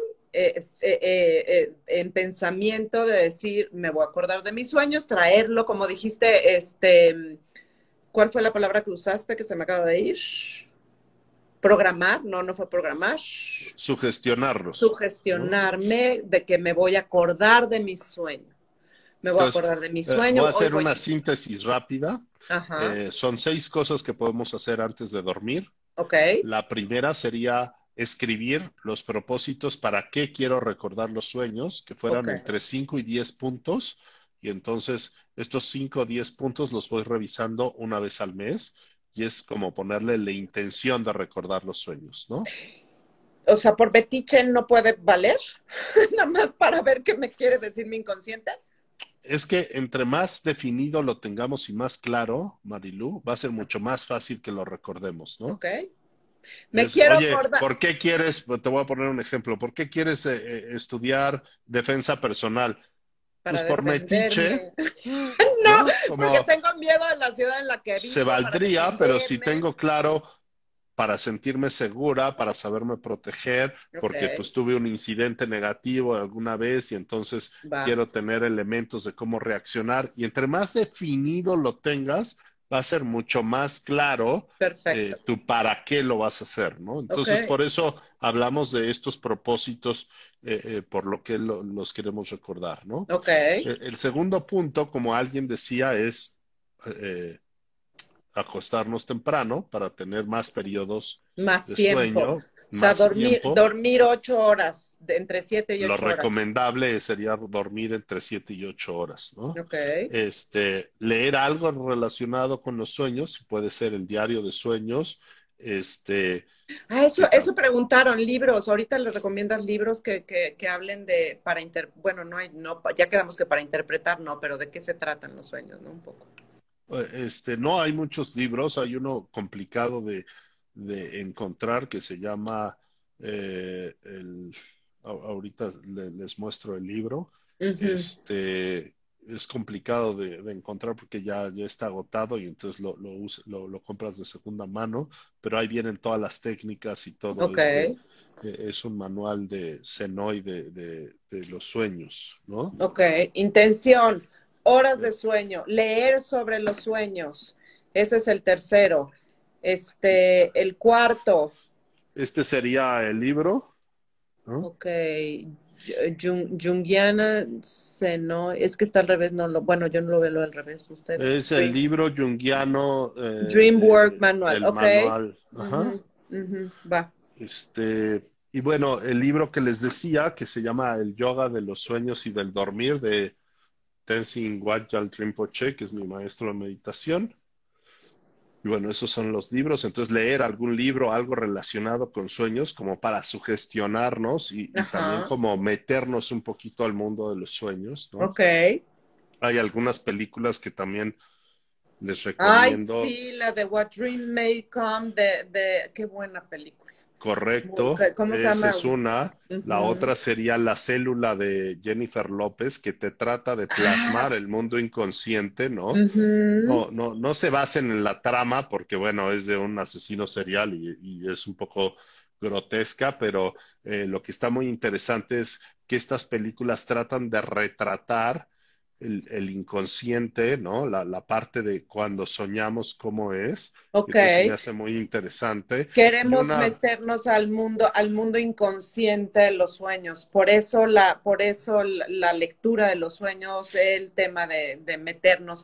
en pensamiento de decir, me voy a acordar de mis sueños, traerlo, como dijiste, ¿cuál fue la palabra que usaste que se me acaba de ir? Programar, no, no fue programar.
Sugestionarnos, ¿no?
Sugestionarme de que me voy a acordar de mi sueño. Me voy a
Entonces,
acordar de mi sueño,
voy a
hoy
hacer
voy.
una síntesis rápida.
Ajá,
Son 6 cosas que podemos hacer antes de dormir.
ok,
La primera sería escribir los propósitos para qué quiero recordar los sueños, que
ok,
fueran entre 5 y 10 puntos. Y entonces estos 5 o 10 puntos los voy revisando una vez al mes. Y es como ponerle la intención de recordar los sueños, ¿no?
o sea, por Betiche no puede valer, nada más para ver qué me quiere decir mi inconsciente.
Es que entre más definido lo tengamos y más claro, Marilú, va a ser mucho más fácil que lo recordemos, ¿no?
Ok, me
Es,
quiero
oye,
acordar
¿por qué quieres? Te voy a poner un ejemplo. ¿Por qué quieres estudiar defensa personal? Pues
para
por metiche,
defenderme. No,
¿no?
porque
Como
tengo miedo de la ciudad en la que
se
vivo, para
valdría, pero si
defenderme.
tengo claro para sentirme segura, para saberme proteger,
Ok,
porque pues tuve un incidente negativo alguna vez y entonces
va,
quiero tener elementos de cómo reaccionar. Y entre más definido lo tengas, va a ser mucho más claro
perfecto.
tu para qué lo vas a hacer, ¿no?
Ok,
Entonces, por eso hablamos de estos propósitos por lo que los queremos recordar, ¿no?
ok.
El segundo punto, como alguien decía, es eh, acostarnos temprano para tener más periodos
Más
de
tiempo. O
sueño,
sea,
más
dormir,
tiempo.
dormir 8 horas, entre 7 y
Lo
8 horas.
recomendable sería dormir entre 7 y 8 horas, ¿no?
Ok.
Leer algo relacionado con los sueños, puede ser el diario de sueños, este,
Ah, eso,
que
eso
tam-
preguntaron, libros. Ahorita les recomiendas libros que hablen de, bueno, no hay, no, ya quedamos que para interpretar, no, pero ¿de qué se tratan los sueños, no? Un poco.
no hay muchos libros, hay uno complicado de encontrar que se llama, ahorita les muestro el libro,
Ujú.
es complicado de encontrar porque ya está agotado y entonces lo compras de segunda mano, pero ahí vienen todas las técnicas y todo
Ok,
es un manual de Senoi de los sueños, ¿no?
ok. Intención, horas de
Eh,
sueño, leer sobre los sueños. Ese es el tercero.
aquí está.
El cuarto.
Este sería el libro, ¿no?
Ok, Jungiana Seno, es que está al revés, no lo, bueno, yo no lo veo al revés, ustedes.
Es el libro junguiano
Dream Work Manual,
del
ok.
manual. Ajá.
Ujú, ujú, va,
Y bueno, el libro que les decía, que se llama El Yoga de los Sueños y del Dormir, de Tenzin Wangyal Rinpoche, que es mi maestro de meditación. Y bueno, esos son los libros. Entonces, leer algún libro, algo relacionado con sueños, como para sugestionarnos y también
ajá,
como meternos un poquito al mundo de los sueños, ¿no?
ok.
Hay algunas películas que también les
Ay,
recomiendo.
sí, la de What Dream May Come, qué buena película.
Correcto,
¿Cómo se
esa
llama?
es una. La
Ujú.
otra sería La célula de Jennifer López, que te trata de
Ah,
plasmar el mundo inconsciente, ¿no?
ujú.
No se basen en la trama, porque bueno, es de un asesino serial y es un poco grotesca, pero lo que está muy interesante es que estas películas tratan de retratar el inconsciente, ¿no? La parte de cuando soñamos cómo es.
Ok.
Entonces se me hace muy interesante. Y
Queremos
una,
meternos al mundo inconsciente de los sueños. Por eso la lectura de los sueños, el tema de meternos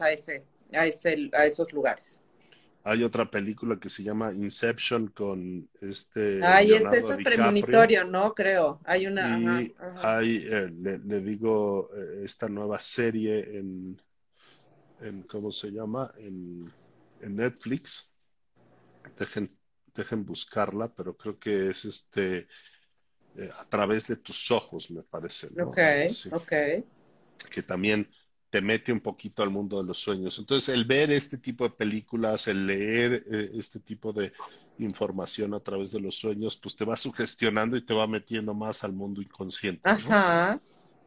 a esos lugares.
hay otra película que se llama Inception con este
Ay,
Leonardo
ese es
DiCaprio.
premonitorio, ¿no? Creo. Hay una, ajá,
Y
ajá.
hay, le digo, esta nueva serie ¿cómo se llama? En Netflix. Dejen, dejen buscarla, pero creo que es a través de tus ojos, me parece,
Ok,
¿no? Algo así.
ok.
Que también te mete un poquito al mundo de los sueños. Entonces, el ver este tipo de películas, el leer este tipo de información a través de los sueños, pues te va sugestionando y te va metiendo más al mundo inconsciente, ¿no?
Ajá,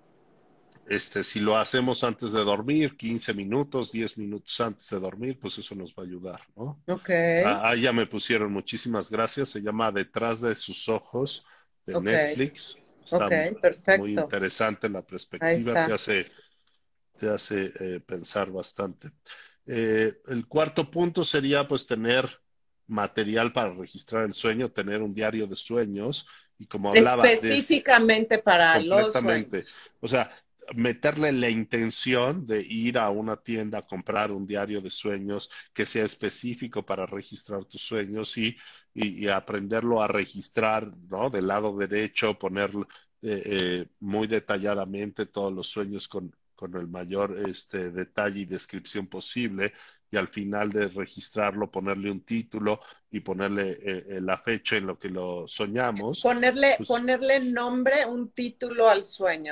Si lo hacemos antes de dormir, 15 minutos, 10 minutos antes de dormir, pues eso nos va a ayudar, ¿no?
ok,
Ya me pusieron muchísimas gracias. Se llama Detrás de sus ojos de
ok,
Netflix. Está
ok,
muy
perfecto.
interesante la
Ahí
perspectiva,
está.
te hace pensar bastante. El cuarto punto sería pues tener material para registrar el sueño, tener un diario de sueños y como hablaba,
Específicamente para los
completamente.
sueños.
O sea, meterle la intención de ir a una tienda a comprar un diario de sueños que sea específico para registrar tus sueños y aprenderlo a registrar, ¿no? Del lado derecho, poner muy detalladamente todos los sueños con el mayor detalle y descripción posible y al final de registrarlo ponerle un título y ponerle la fecha en lo que lo soñamos, pues
Ponerle nombre, un título al sueño.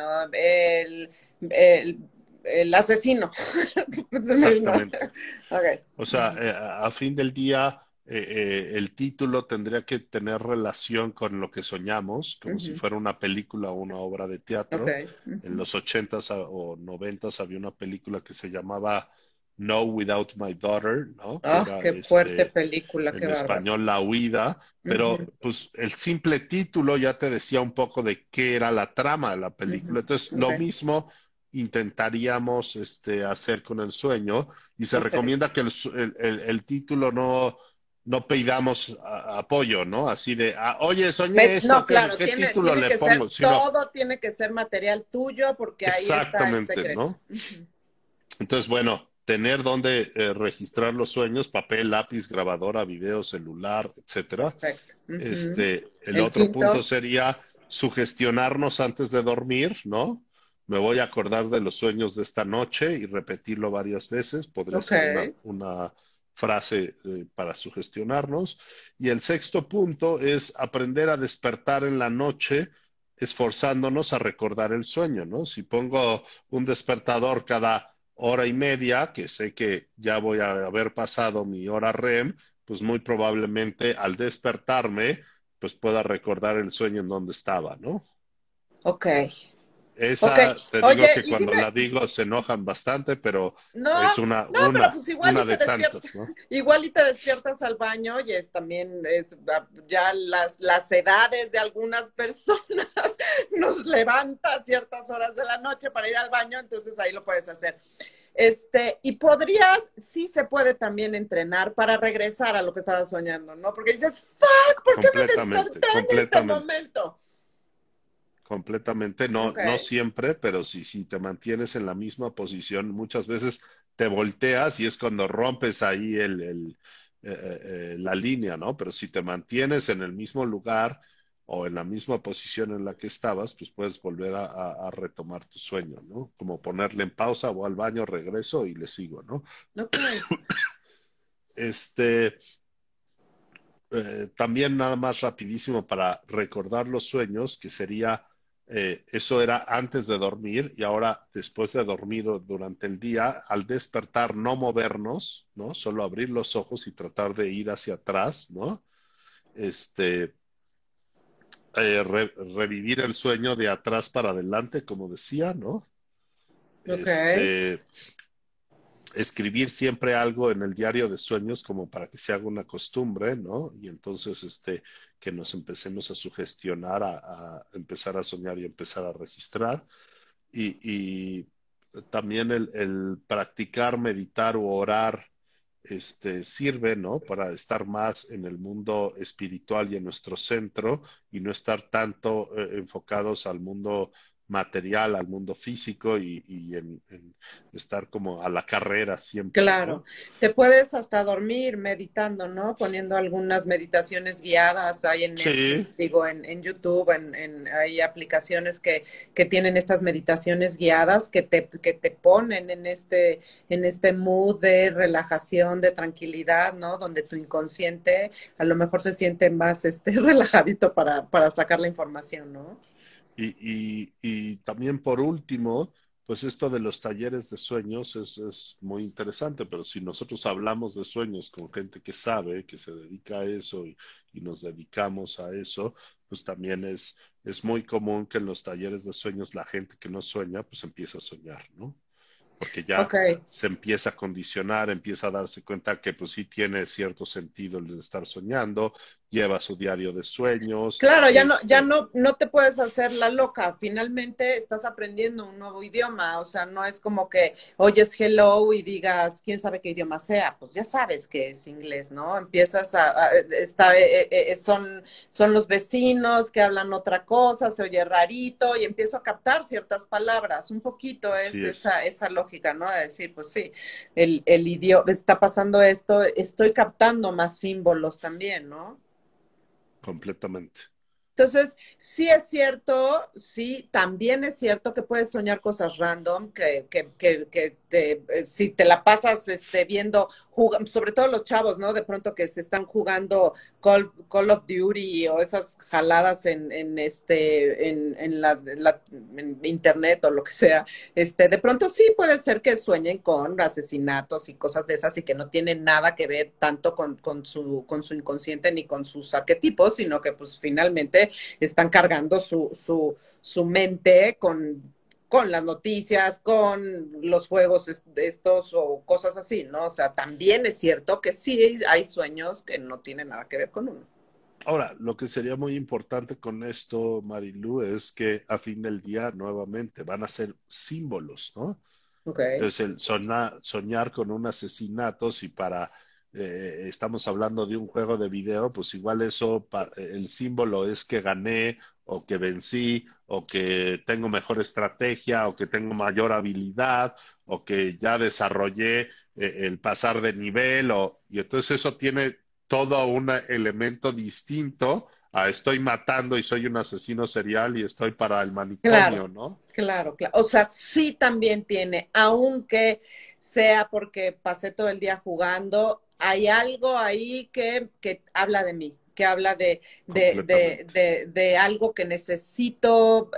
El, el asesino.
exactamente.
Ok.
O sea, a fin del día, el título tendría que tener relación con lo que soñamos, como si
Ujú,
fuera una película o una obra de
ok.
teatro. En
Ujú.
los ochentas o noventas había una película que se llamaba No Without My Daughter, ¿no? Que
Ah,
era
qué fuerte película, qué
en
bárbaro.
español La Huida, pero
Ujú,
pues el simple título ya te decía un poco de qué era la trama de la
ujú,
película. Entonces,
ok,
lo mismo intentaríamos hacer con el sueño y se
ok.
recomienda que el título no pidamos apoyo, ¿no? Así de, oye, soñé esto,
No,
¿qué,
claro,
qué título
tiene
le
que ser,
pongo? Sino,
todo tiene que ser material tuyo porque ahí está el
exactamente,
secreto.
¿no?
Ujú,
Entonces, bueno, tener donde registrar los sueños, papel, lápiz, grabadora, video, celular, etcétera.
perfecto. Ujú.
El
El
otro punto
quinto,
sería sugestionarnos antes de dormir, ¿no? Me voy a acordar de los sueños de esta noche y repetirlo varias veces. Podría
ok.
ser una frase para sugestionarnos. Y el sexto punto es aprender a despertar en la noche, esforzándonos a recordar el sueño, ¿no? Si pongo un despertador cada hora y media, que sé que ya voy a haber pasado mi hora REM, pues muy probablemente al despertarme, pues pueda recordar el sueño en donde estaba, ¿no?
Ok, ok.
Esa, te digo
Oye,
que
y
cuando
dime,
la digo se enojan bastante, pero
no,
es
no, pero pues igual
una
y te
de
despiertas,
tantas, ¿no?
igual y te despiertas al baño y es también ya las edades de algunas personas nos levanta a ciertas horas de la noche para ir al baño, entonces ahí lo puedes hacer. Y podrías, sí se puede también entrenar para regresar a lo que estabas soñando, ¿no? Porque dices, fuck, ¿por qué me
Completamente,
desperté en este
completamente.
momento?
Completamente,
Ok,
no siempre, pero si te mantienes en la misma posición, muchas veces te volteas y es cuando rompes ahí la línea, ¿no? Pero si te mantienes en el mismo lugar o en la misma posición en la que estabas, pues puedes volver a retomar tu sueño, ¿no? Como ponerle en pausa, voy al baño, regreso y le sigo, ¿no?
ok,
Este, también nada más rapidísimo para recordar los sueños, que sería, eso era antes de dormir y ahora después de dormir o durante el día, al despertar no movernos, ¿no? Solo abrir los ojos y tratar de ir hacia atrás, ¿no? Este, revivir el sueño de atrás para adelante, como decía, ¿no?
ok.
Este, escribir siempre algo en el diario de sueños como para que se haga una costumbre, ¿no? Y entonces, que nos empecemos a sugestionar, a empezar a soñar y empezar a registrar. Y también el practicar, meditar o orar, sirve, ¿no? Para estar más en el mundo espiritual y en nuestro centro y no estar tanto enfocados al mundo material, al mundo físico y en estar como a la carrera siempre,
Claro,
¿no?
te puedes hasta dormir meditando, ¿no? Poniendo algunas meditaciones guiadas, hay en
Sí,
Netflix, digo, en YouTube, hay aplicaciones que tienen estas meditaciones guiadas que te ponen en este mood de relajación, de tranquilidad, ¿no? Donde tu inconsciente a lo mejor se siente más relajadito para sacar la información, ¿no?
y también por último, pues esto de los talleres de sueños es muy interesante, pero si nosotros hablamos de sueños con gente que sabe, que se dedica a eso y nos dedicamos a eso, pues también es muy común que en los talleres de sueños la gente que no sueña, pues empieza a soñar, ¿no? Porque ya
Ok.
se empieza a condicionar, empieza a darse cuenta que pues sí tiene cierto sentido el de estar soñando, lleva su diario de sueños,
Claro, ya no, no te puedes hacer la loca. Finalmente estás aprendiendo un nuevo idioma. O sea, no es como que oyes hello y digas, quién sabe qué idioma sea. Pues ya sabes que es inglés, ¿no? Empiezas son los vecinos que hablan otra cosa, se oye rarito y empiezo a captar ciertas palabras. Un poquito es
así es,
esa lógica, ¿no? De decir, pues sí, el idioma, está pasando esto, estoy captando más símbolos también, ¿no?
completamente.
Entonces, sí es cierto, sí, también es cierto que puedes soñar cosas random, si te la pasas viendo, sobre todo los chavos, ¿no? De pronto que se están jugando Call of Duty o esas jaladas en internet o lo que sea, de pronto sí puede ser que sueñen con asesinatos y cosas de esas y que no tienen nada que ver tanto con su inconsciente ni con sus arquetipos, sino que pues finalmente están cargando su mente con las noticias, con los juegos estos o cosas así, ¿no? O sea, también es cierto que sí hay sueños que no tienen nada que ver con uno.
Ahora, lo que sería muy importante con esto, Marilu, es que a fin del día, nuevamente, van a ser símbolos, ¿no?
Ok,
Entonces, soñar con un asesinato, si estamos hablando de un juego de video, pues igual el símbolo es que gané o que vencí o que tengo mejor estrategia o que tengo mayor habilidad o que ya desarrollé el pasar de nivel y entonces eso tiene todo un elemento distinto a estoy matando y soy un asesino serial y estoy para el
claro,
manicomio, ¿no?
claro. O sea, sí también tiene, aunque sea porque pasé todo el día jugando, hay algo ahí que habla de mí, que habla
Completamente.
de algo que necesito,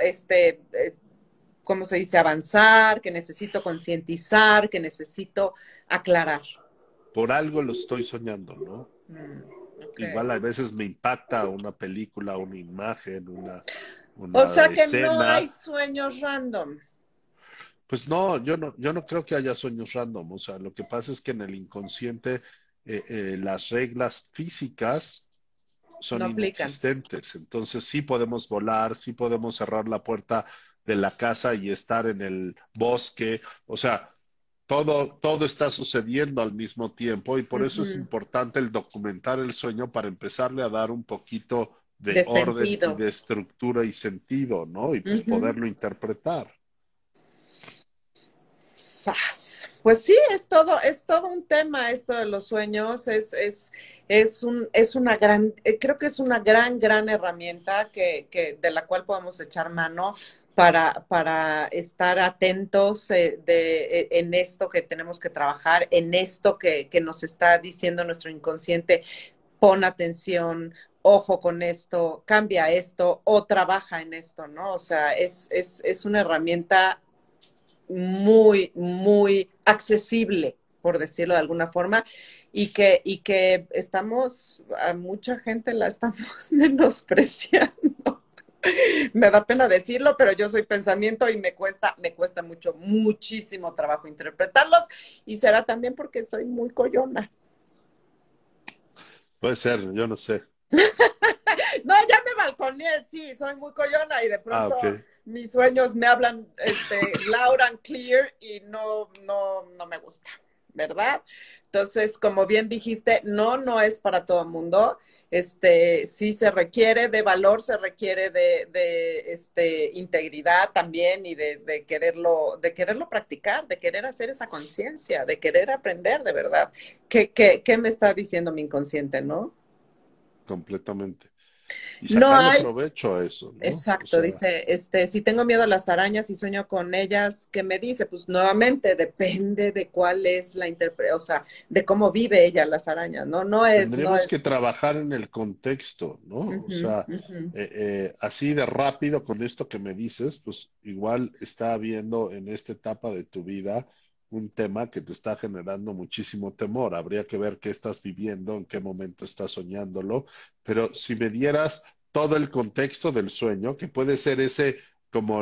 ¿cómo se dice? Avanzar, que necesito concientizar, que necesito aclarar.
Por algo lo estoy soñando, ¿no?
Mm, ok.
Igual a veces me impacta una película, una imagen,
O
una
sea que no hay
escena.
sueños random.
Pues no, yo no creo que haya sueños random. O sea, lo que pasa es que en el inconsciente las reglas físicas son
No aplican.
inexistentes. Entonces sí podemos volar, sí podemos cerrar la puerta de la casa y estar en el bosque. O sea, todo está sucediendo al mismo tiempo y por eso es
Ujú.
importante el documentar el sueño para empezarle a dar un poquito de
De
orden y
sentido.
de estructura y sentido, ¿no? Y pues
Ujú.
poderlo interpretar.
¡Sas! Pues sí, es todo un tema esto de los sueños, es una gran, creo que es una gran herramienta de la cual podemos echar mano para estar atentos en esto que tenemos que trabajar, en esto que nos está diciendo nuestro inconsciente, pon atención, ojo con esto, cambia esto o trabaja en esto, ¿no? O sea, es una herramienta muy accesible, por decirlo de alguna forma, y que estamos, a mucha gente la estamos menospreciando. Me da pena decirlo, pero yo soy pensamiento y me cuesta mucho, muchísimo trabajo interpretarlos, y será también porque soy muy coyona.
Puede ser, yo no sé.
No, ya me balconeé, sí, soy muy coyona y de
Ah,
pronto
ok.
mis sueños me hablan loud and clear y no me gusta, ¿verdad? Entonces, como bien dijiste, no es para todo el mundo. Sí se requiere de valor, se requiere de integridad también y de quererlo practicar, de querer hacer esa conciencia, de querer aprender de verdad. ¿Qué me está diciendo mi inconsciente, no?
completamente. Y
No
sacarle
hay.
provecho a eso, ¿no? O
Exacto,
sea,
dice, si tengo miedo a las arañas y sueño con ellas, ¿qué me dice? Pues nuevamente depende de cuál es la interpretación, o sea, de cómo vive ella las arañas, ¿no? No
tendríamos que
es,
trabajar en el contexto, ¿no? O
ujú,
sea,
ujú.
así de rápido con esto que me dices, pues igual está habiendo en esta etapa de tu vida un tema que te está generando muchísimo temor. Habría que ver qué estás viviendo, en qué momento estás soñándolo, pero si me dieras todo el contexto del sueño, que puede ser ese como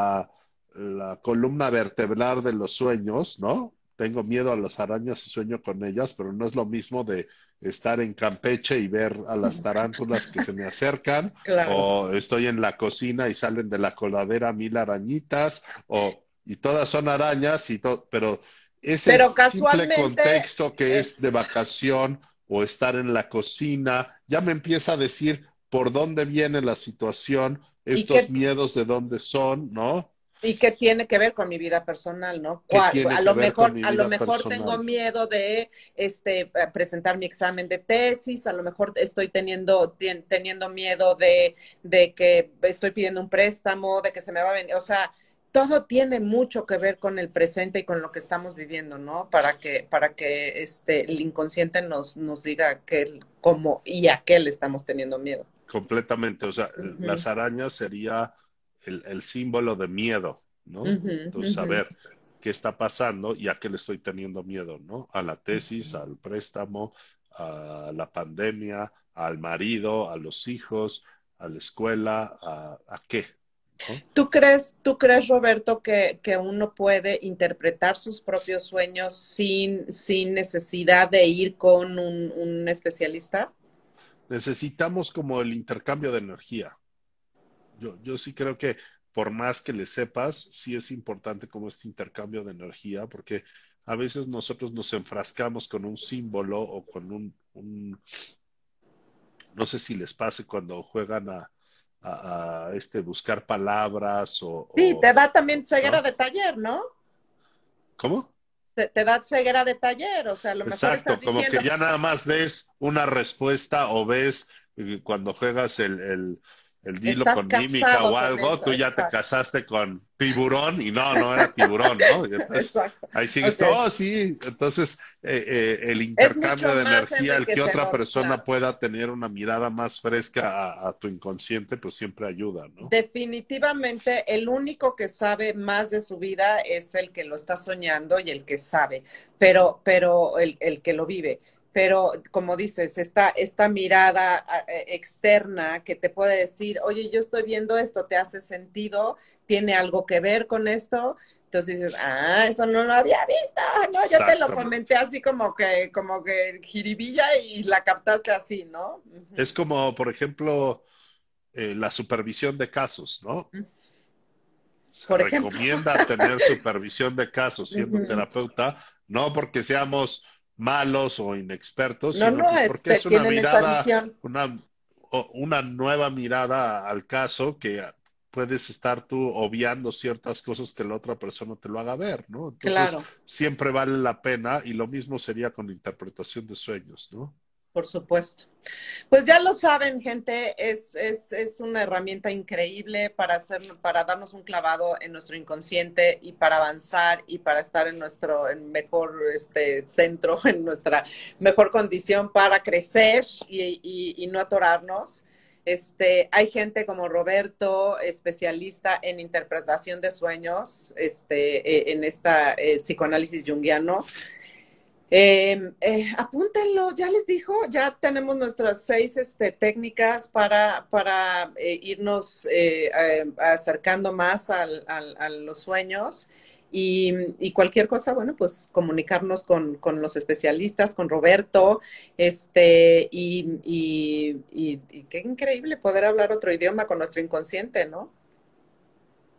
la columna vertebral de los sueños, ¿no? Tengo miedo a las arañas y sueño con ellas, pero no es lo mismo de estar en Campeche y ver a las tarántulas que se me acercan,
Claro.
o estoy en la cocina y salen de la coladera 1000 arañitas, y todas son arañas, pero ese
Pero
simple
casualmente
contexto que es de
es,
vacación o estar en la cocina, ya me empieza a decir por dónde viene la situación,
¿y
estos miedos de dónde son, ¿no?
qué tiene que ver con mi vida personal, no?
¿Qué tiene que ver con mi
A lo
vida
mejor tengo
personal?
miedo de presentar mi examen de tesis, a lo mejor estoy teniendo miedo de que estoy pidiendo un préstamo, de que se me va a venir, o sea, todo tiene mucho que ver con el presente y con lo que estamos viviendo, ¿no? Para que el inconsciente nos diga cómo y a qué le estamos teniendo miedo.
Completamente, o sea,
Ujú,
las arañas sería el símbolo de miedo, ¿no?
ujú,
Entonces,
ujú.
saber qué está pasando y a qué le estoy teniendo miedo, ¿no? A la tesis, al préstamo, a la pandemia, al marido, a los hijos, a la escuela, a qué, ¿no?
¿Tú crees, Roberto, que uno puede interpretar sus propios sueños sin necesidad de ir con un especialista?
Necesitamos como el intercambio de energía. Yo sí creo que por más que le sepas, sí es importante como este intercambio de energía, porque a veces nosotros nos enfrascamos con un símbolo o con no sé si les pase cuando juegan a buscar palabras
Sí, te da también ceguera
¿no?
de taller, ¿no?
¿Cómo?
Te da ceguera de taller, o sea, a lo mejor estás
Exacto, como que
diciendo,
ya nada más ves una respuesta o ves cuando juegas el dilo
estás
con mímica
casado
o
con
algo,
eso,
tú ya te
exacto,
casaste con tiburón y no era tiburón, ¿no? Y entonces
exacto,
ahí sigues,
ok.
oh sí, entonces el
Es
intercambio
mucho
de
más
energía, el que otra
enriquecedor,
persona
claro.
pueda tener una mirada más fresca a tu inconsciente, pues siempre ayuda, ¿no?
Definitivamente, el único que sabe más de su vida es el que lo está soñando y el que sabe, pero el que lo vive. Pero como dices, esta mirada externa que te puede decir, oye, yo estoy viendo esto, ¿te hace sentido? ¿Tiene algo que ver con esto? Entonces dices, eso no lo había visto, no, yo te lo
Exactamente.
comenté así como que jiribilla y la captaste así, ¿no?
Es
Ujú.
como, por ejemplo, la supervisión de casos, ¿no? Se
Por ejemplo.
recomienda tener supervisión de casos siendo
Ujú.
terapeuta, no porque seamos malos o inexpertos,
No,
sino
no,
pues porque es una
tienen esa
mirada,
visión.
una nueva mirada al caso que puedes estar tú obviando ciertas cosas que la otra persona te lo haga ver, ¿no? Entonces,
Claro,
siempre vale la pena y lo mismo sería con la interpretación de sueños, ¿no?
por supuesto. Pues ya lo saben, gente, es una herramienta increíble para darnos un clavado en nuestro inconsciente y para avanzar y para estar en nuestro en mejor centro, en nuestra mejor condición para crecer y no atorarnos. Hay gente como Roberto, especialista en interpretación de sueños, en esta psicoanálisis junguiano. Apúntenlo, ya les dijo, ya tenemos nuestras 6 técnicas para irnos acercando más a los sueños y cualquier cosa, bueno, pues comunicarnos con los especialistas, con Roberto, y qué increíble poder hablar otro idioma con nuestro inconsciente, ¿no?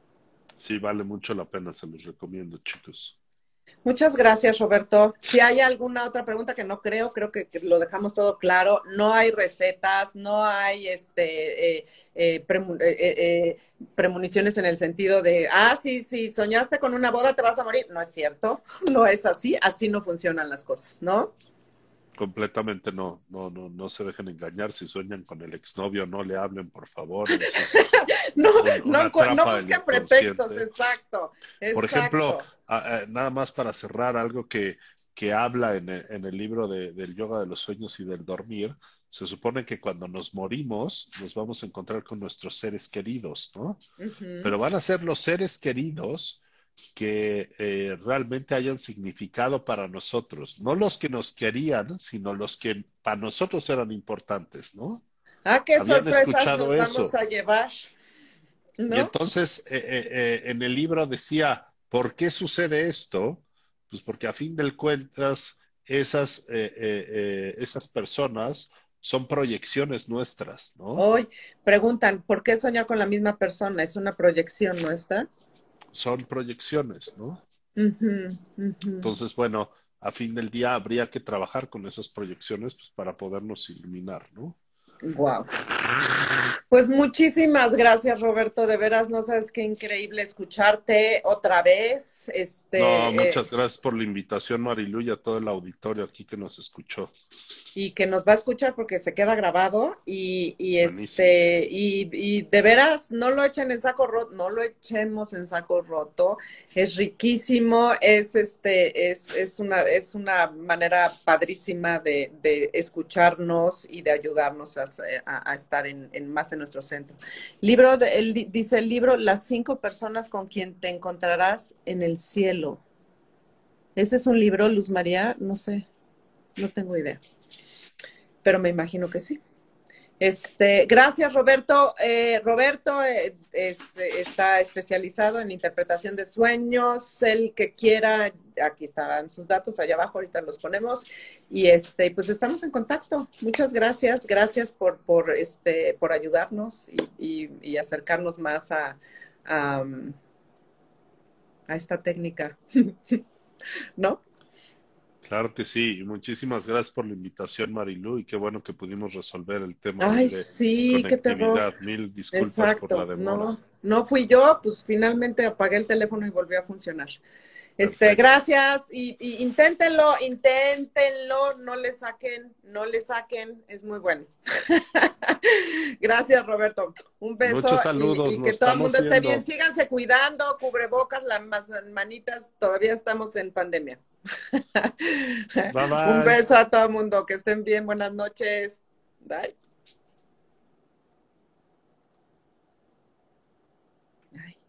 Sí, vale mucho la pena, se los recomiendo, chicos.
Muchas gracias, Roberto. Si hay alguna otra pregunta que no creo, que lo dejamos todo claro. No hay recetas, no hay premoniciones en el sentido de, sí, sí, soñaste con una boda, te vas a morir. No es cierto, no es así, así no funcionan las cosas, ¿no?
Completamente no, no, no, no se dejen engañar. Si sueñan con el exnovio, no le hablen, por favor. Eso es
No,
una
no
trampa del
busquen pretextos,
inconsciente.
exacto,
Por ejemplo,
exacto.
nada más para cerrar, algo que habla en el libro del yoga de los sueños y del dormir, se supone que cuando nos morimos nos vamos a encontrar con nuestros seres queridos, ¿no?
Ujú.
Pero van a ser los seres queridos que realmente hayan significado para nosotros, no los que nos querían, sino los que para nosotros eran importantes, ¿no?
Qué
¿Habían
sorpresas
escuchado
nos vamos
eso?
a llevar,
Y
¿no?
entonces en el libro decía, ¿por qué sucede esto? Pues porque a fin de cuentas esas personas son proyecciones nuestras, ¿no?
Hoy preguntan, ¿por qué soñar con la misma persona? ¿Es una proyección nuestra?
Son proyecciones, ¿no?
Ujú, ujú.
Entonces, bueno, a fin del día habría que trabajar con esas proyecciones pues, para podernos iluminar, ¿no?
Wow. Pues muchísimas gracias, Roberto. De veras, no sabes qué increíble escucharte otra vez.
No, muchas gracias por la invitación, Marilu, y a todo el auditorio aquí que nos escuchó.
Y que nos va a escuchar porque se queda grabado
Buenísimo.
y de veras no lo echen en saco roto, no lo echemos en saco roto, es riquísimo, es una manera padrísima de escucharnos y de ayudarnos a estar más en nuestro centro. Dice el libro, las 5 personas con quien te encontrarás en el cielo. ¿Ese es un libro, Luz María? No sé, no tengo idea, pero me imagino que sí. Gracias, Roberto. Roberto está especializado en interpretación de sueños. El que quiera, aquí están sus datos allá abajo, ahorita los ponemos. Y pues estamos en contacto. Muchas gracias. Gracias por ayudarnos y acercarnos más a, a esta técnica, ¿no?
Claro que sí, y muchísimas gracias por la invitación, Marilu, y qué bueno que pudimos resolver el tema ahí
Ay,
de
sí, qué terror.
conectividad. Mil disculpas por la
Exacto,
demora.
no, no fui yo, pues finalmente apagué el teléfono y volvió a funcionar.
Perfecto.
Gracias y inténtenlo, no le saquen, es muy bueno. Gracias, Roberto. Un beso
Muchos saludos,
y que
nos
todo el
estamos
mundo esté bien.
viendo.
Síganse cuidando, cubrebocas, las manitas, todavía estamos en pandemia.
Bye
Un
bye.
beso a todo el mundo, que estén bien, buenas noches. Bye.